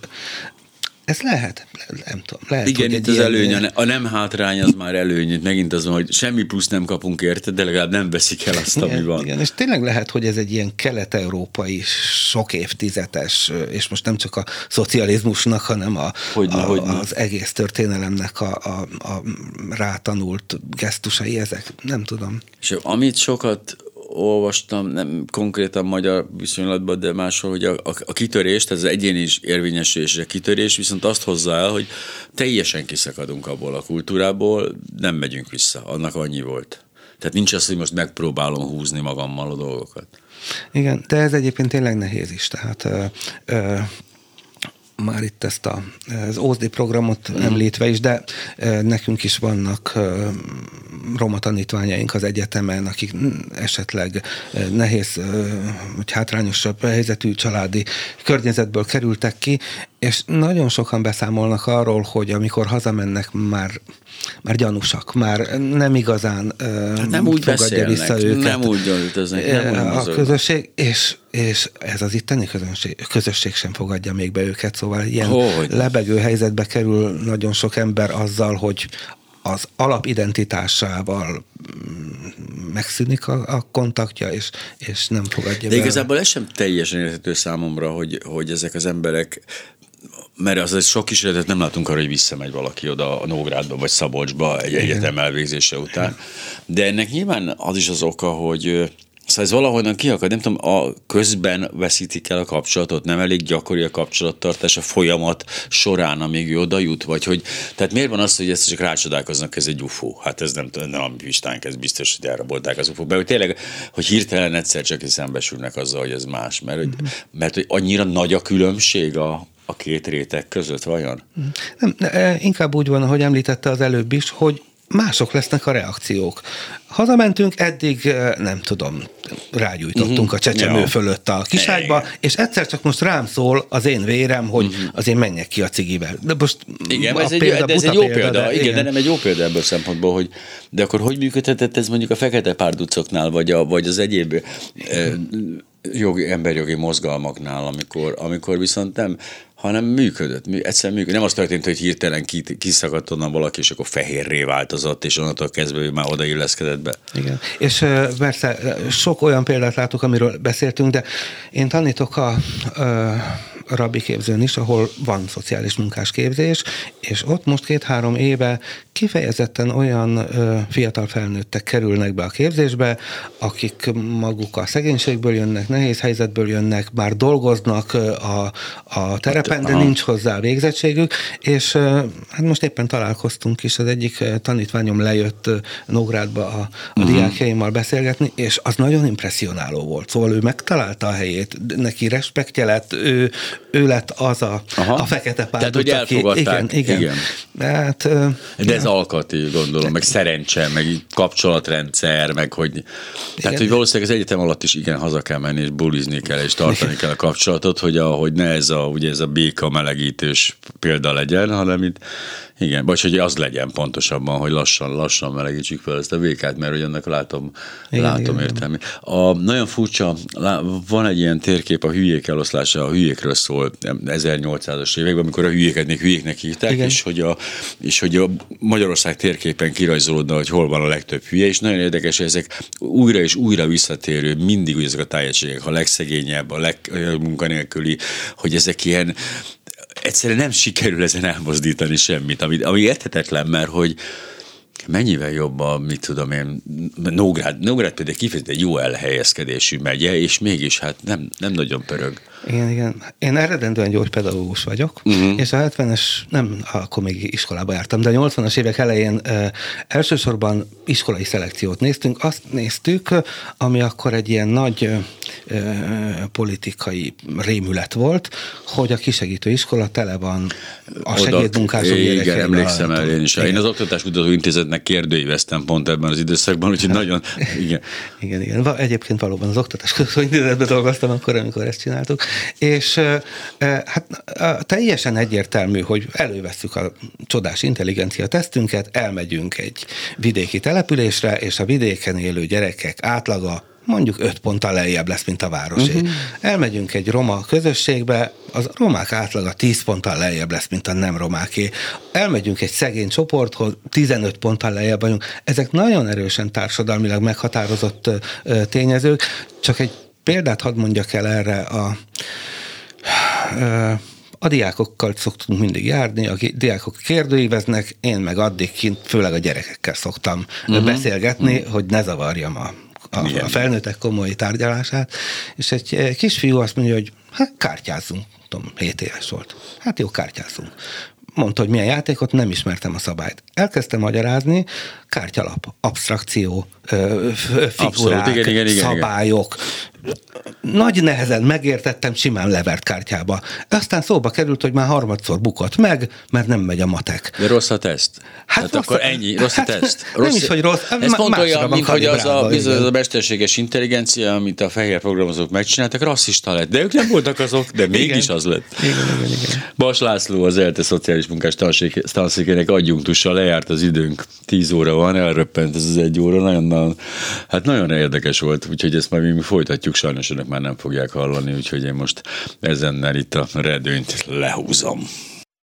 Ez lehet, nem tudom. Lehet, igen, itt az előny, a, a nem hátrány az már előny, itt megint az van, hogy semmi plusz nem kapunk érte, de legalább nem veszik el azt, igen, ami van. Igen, és tényleg lehet, hogy ez egy ilyen kelet-európai, sok évtizedes, és most nem csak a szocializmusnak, hanem a, hogyne, a, hogyne. az egész történelemnek a, a, a rátanult gesztusai ezek, nem tudom. És amit sokat olvastam, nem konkrétan magyar viszonylatban, de máshol, hogy a, a, a kitörés, tehát az egyéni érvényesülés és a kitörés viszont azt hozza el, hogy teljesen kiszakadunk abból a kultúrából, nem megyünk vissza, annak annyi volt. Tehát nincs az, hogy most megpróbálom húzni magammal a dolgokat. Igen, de ez egyébként tényleg nehéz is, tehát ö, ö, már itt ezt a, az o es dé programot mm. említve is, de nekünk is vannak roma tanítványaink az egyetemen, akik esetleg nehéz, vagy hátrányosabb helyzetű családi környezetből kerültek ki, és nagyon sokan beszámolnak arról, hogy amikor hazamennek, már, már gyanúsak, már nem igazán hát nem úgy fogadja vissza őket. Nem úgy gyanútoznak, nem úgy a mozognak. közösség, és, és ez az itteni közönség, közösség sem fogadja még be őket, szóval ilyen hogy? lebegő helyzetbe kerül nagyon sok ember azzal, hogy az alapidentitásával megszűnik a, a kontaktja, és, és nem fogadja De be. igazából ez sem teljesen érthető számomra, hogy, hogy ezek az emberek mert az sok kísérletet nem látunk arra, hogy visszamegy valaki oda a Nógrádba vagy Szabolcsba egy egyetem elvégzése után. De ennek nyilván az is az oka, hogy szóval ez valahonnan kiakad, nem tudom, a közben veszítik el a kapcsolatot, nem elég gyakori a kapcsolattartás a folyamat során, amíg ő oda jut, vagy hogy, tehát miért van az, hogy ezt csak rácsodálkoznak, ez egy ufó? Hát ez nem, nem a mi Pistánk, ez biztos, hogy elrabolták az ufót. Mert hogy tényleg, hogy hirtelen egyszer csak szembesülnek azzal, hogy ez más, mert hogy, mert, hogy annyira nagy a különbség a, a két réteg között, vajon? Nem, inkább úgy van, ahogy említette az előbb is, hogy mások lesznek a reakciók. Hazamentünk, eddig nem tudom, rágyújtottunk uh-huh. a csecsemő ja. fölött a kiságyba, és egyszer csak most rám szól az én vérem, hogy uh-huh. azért menjek ki a cigivel. De most igen, ez egy, példa, de ez egy jó példa, példa de, igen, igen, de nem egy jó példa ebből szempontból, hogy de akkor hogy működhetett ez mondjuk a fekete párducoknál, vagy, a, vagy az egyéb eh, jogi, emberjogi mozgalmaknál, amikor, amikor viszont nem, hanem működött. Egyszerűen működött. Nem az történt, hogy hirtelen kiszakadt onnan valaki, és akkor fehérré változott, és onnantól kezdve ő már odailleszkedett be. Igen. És persze sok olyan példát látok, amiről beszéltünk, de én tanítok a, a rabbi képzőn is, ahol van szociális munkás képzés, és ott most két-három éve kifejezetten olyan ö, fiatal felnőttek kerülnek be a képzésbe, akik maguk a szegénységből jönnek, nehéz helyzetből jönnek, bár dolgoznak a, a terepen, de nincs hozzá végzettségük, és ö, hát most éppen találkoztunk is, az egyik tanítványom lejött Nógrádba a, a uh-huh. diákjaimmal beszélgetni, és az nagyon impresszionáló volt. Szóval ő megtalálta a helyét, neki respektje lett, ő, ő lett az a, a fekete párduc. Tehát, hogy elfogadták. Igen, igen. igen. Hát, de ez alkati, gondolom, meg szerencse, meg kapcsolatrendszer, meg hogy... Igen. Tehát, hogy valószínűleg az egyetem alatt is igen, haza kell menni, és bulizni kell, és tartani kell a kapcsolatot, hogy, a, hogy ne ez a, ugye ez a béka melegítős példa legyen, hanem itt igen, vagy hogy az legyen pontosabban, hogy lassan, lassan melegítsük fel ezt a békát, mert hogy annak látom, igen, látom értelmi. A, nagyon furcsa, van egy ilyen térkép, a hülyék eloszlása, a hülyékről szól ezernyolcszázas években, amikor a hülyéket még hülyéknek hívták, és hogy, a, és hogy a Magyarország térképen kirajzolódna, hogy hol van a legtöbb hülye, és nagyon érdekes, hogy ezek újra és újra visszatérő, mindig úgy ezek a tájegységek, a legszegényebb, a legmunkanélküli, hogy ezek ilyen egyszerűen nem sikerül ezen elmozdítani semmit, ami, ami érthetetlen, mert hogy mennyivel jobb a, mit tudom én, Nógrád, Nógrád például kifejezetten jó elhelyezkedésű megye, és mégis hát nem, nem nagyon pörög. Igen, igen. Én eredendően gyógypedagógus vagyok, uh-huh. és a hetvenes, nem, akkor még iskolába jártam, de a nyolcvanas évek elején e, elsősorban iskolai szelekciót néztünk. Azt néztük, ami akkor egy ilyen nagy e, politikai rémület volt, hogy a kisegítő iskola tele van a segédmunkások gyerekeivel. Igen, emlékszem el én is. Igen. Én az Oktatáskutató Intézetnek kérdőíveztem pont ebben az időszakban, úgyhogy nagyon... Igen, igen. igen. Egyébként valóban az Oktatáskutató Intézetben dolgoztam akkor, amikor ezt csináltuk. És hát teljesen egyértelmű, hogy elővesszük a csodás intelligencia tesztünket, elmegyünk egy vidéki településre, és a vidéken élő gyerekek átlaga mondjuk öt ponttal lejjebb lesz, mint a városé. Uh-huh. Elmegyünk egy roma közösségbe, az romák átlaga tíz ponttal lejjebb lesz, mint a nem romáké. Elmegyünk egy szegény csoporthoz, tizenöt ponttal lejjebb vagyunk. Ezek nagyon erősen társadalmilag meghatározott tényezők, csak egy példát hadd mondjak el erre, a, a diákokkal szoktunk mindig járni, a diákok kérdőíveznek, én meg addig kint, főleg a gyerekekkel szoktam uh-huh. beszélgetni, uh-huh. hogy ne zavarjam a, a, a felnőttek komoly tárgyalását, és egy kisfiú azt mondja, hogy hát kártyázzunk, tudom, hét éves volt. Hát jó, kártyázzunk. Mondta, hogy milyen játékot, nem ismertem a szabályt. Elkezdtem magyarázni, kártyalap, absztrakció, figurák, abszolút, igen, igen, igen, szabályok. Nagy nehezen megértettem, simán levert kártyába. Aztán szóba került, hogy már harmadszor bukott meg, mert nem megy a matek. De rossz a teszt. Hát rossz akkor a, ennyi, rossz hát, a teszt. Rossz, nem is, hogy rossz. Ez pont olyan, mint hogy az a, az a mesterséges intelligencia, amit a fehér programozók megcsináltak, rasszista lett. De ők nem voltak azok, de mégis az lett. Igen, igen, igen. Bas László, az ELTE szociális munkás tanszékének adjunktussal lejárt az időnk. Tíz óra van, elröppent ez az egy óra. Nagyon, nagyon, hát nagyon érdekes volt, úgyhogy ezt majd mi folytatjuk. Sajnos önök már nem fogják hallani, úgyhogy én most ezennel itt a redőnyt lehúzom.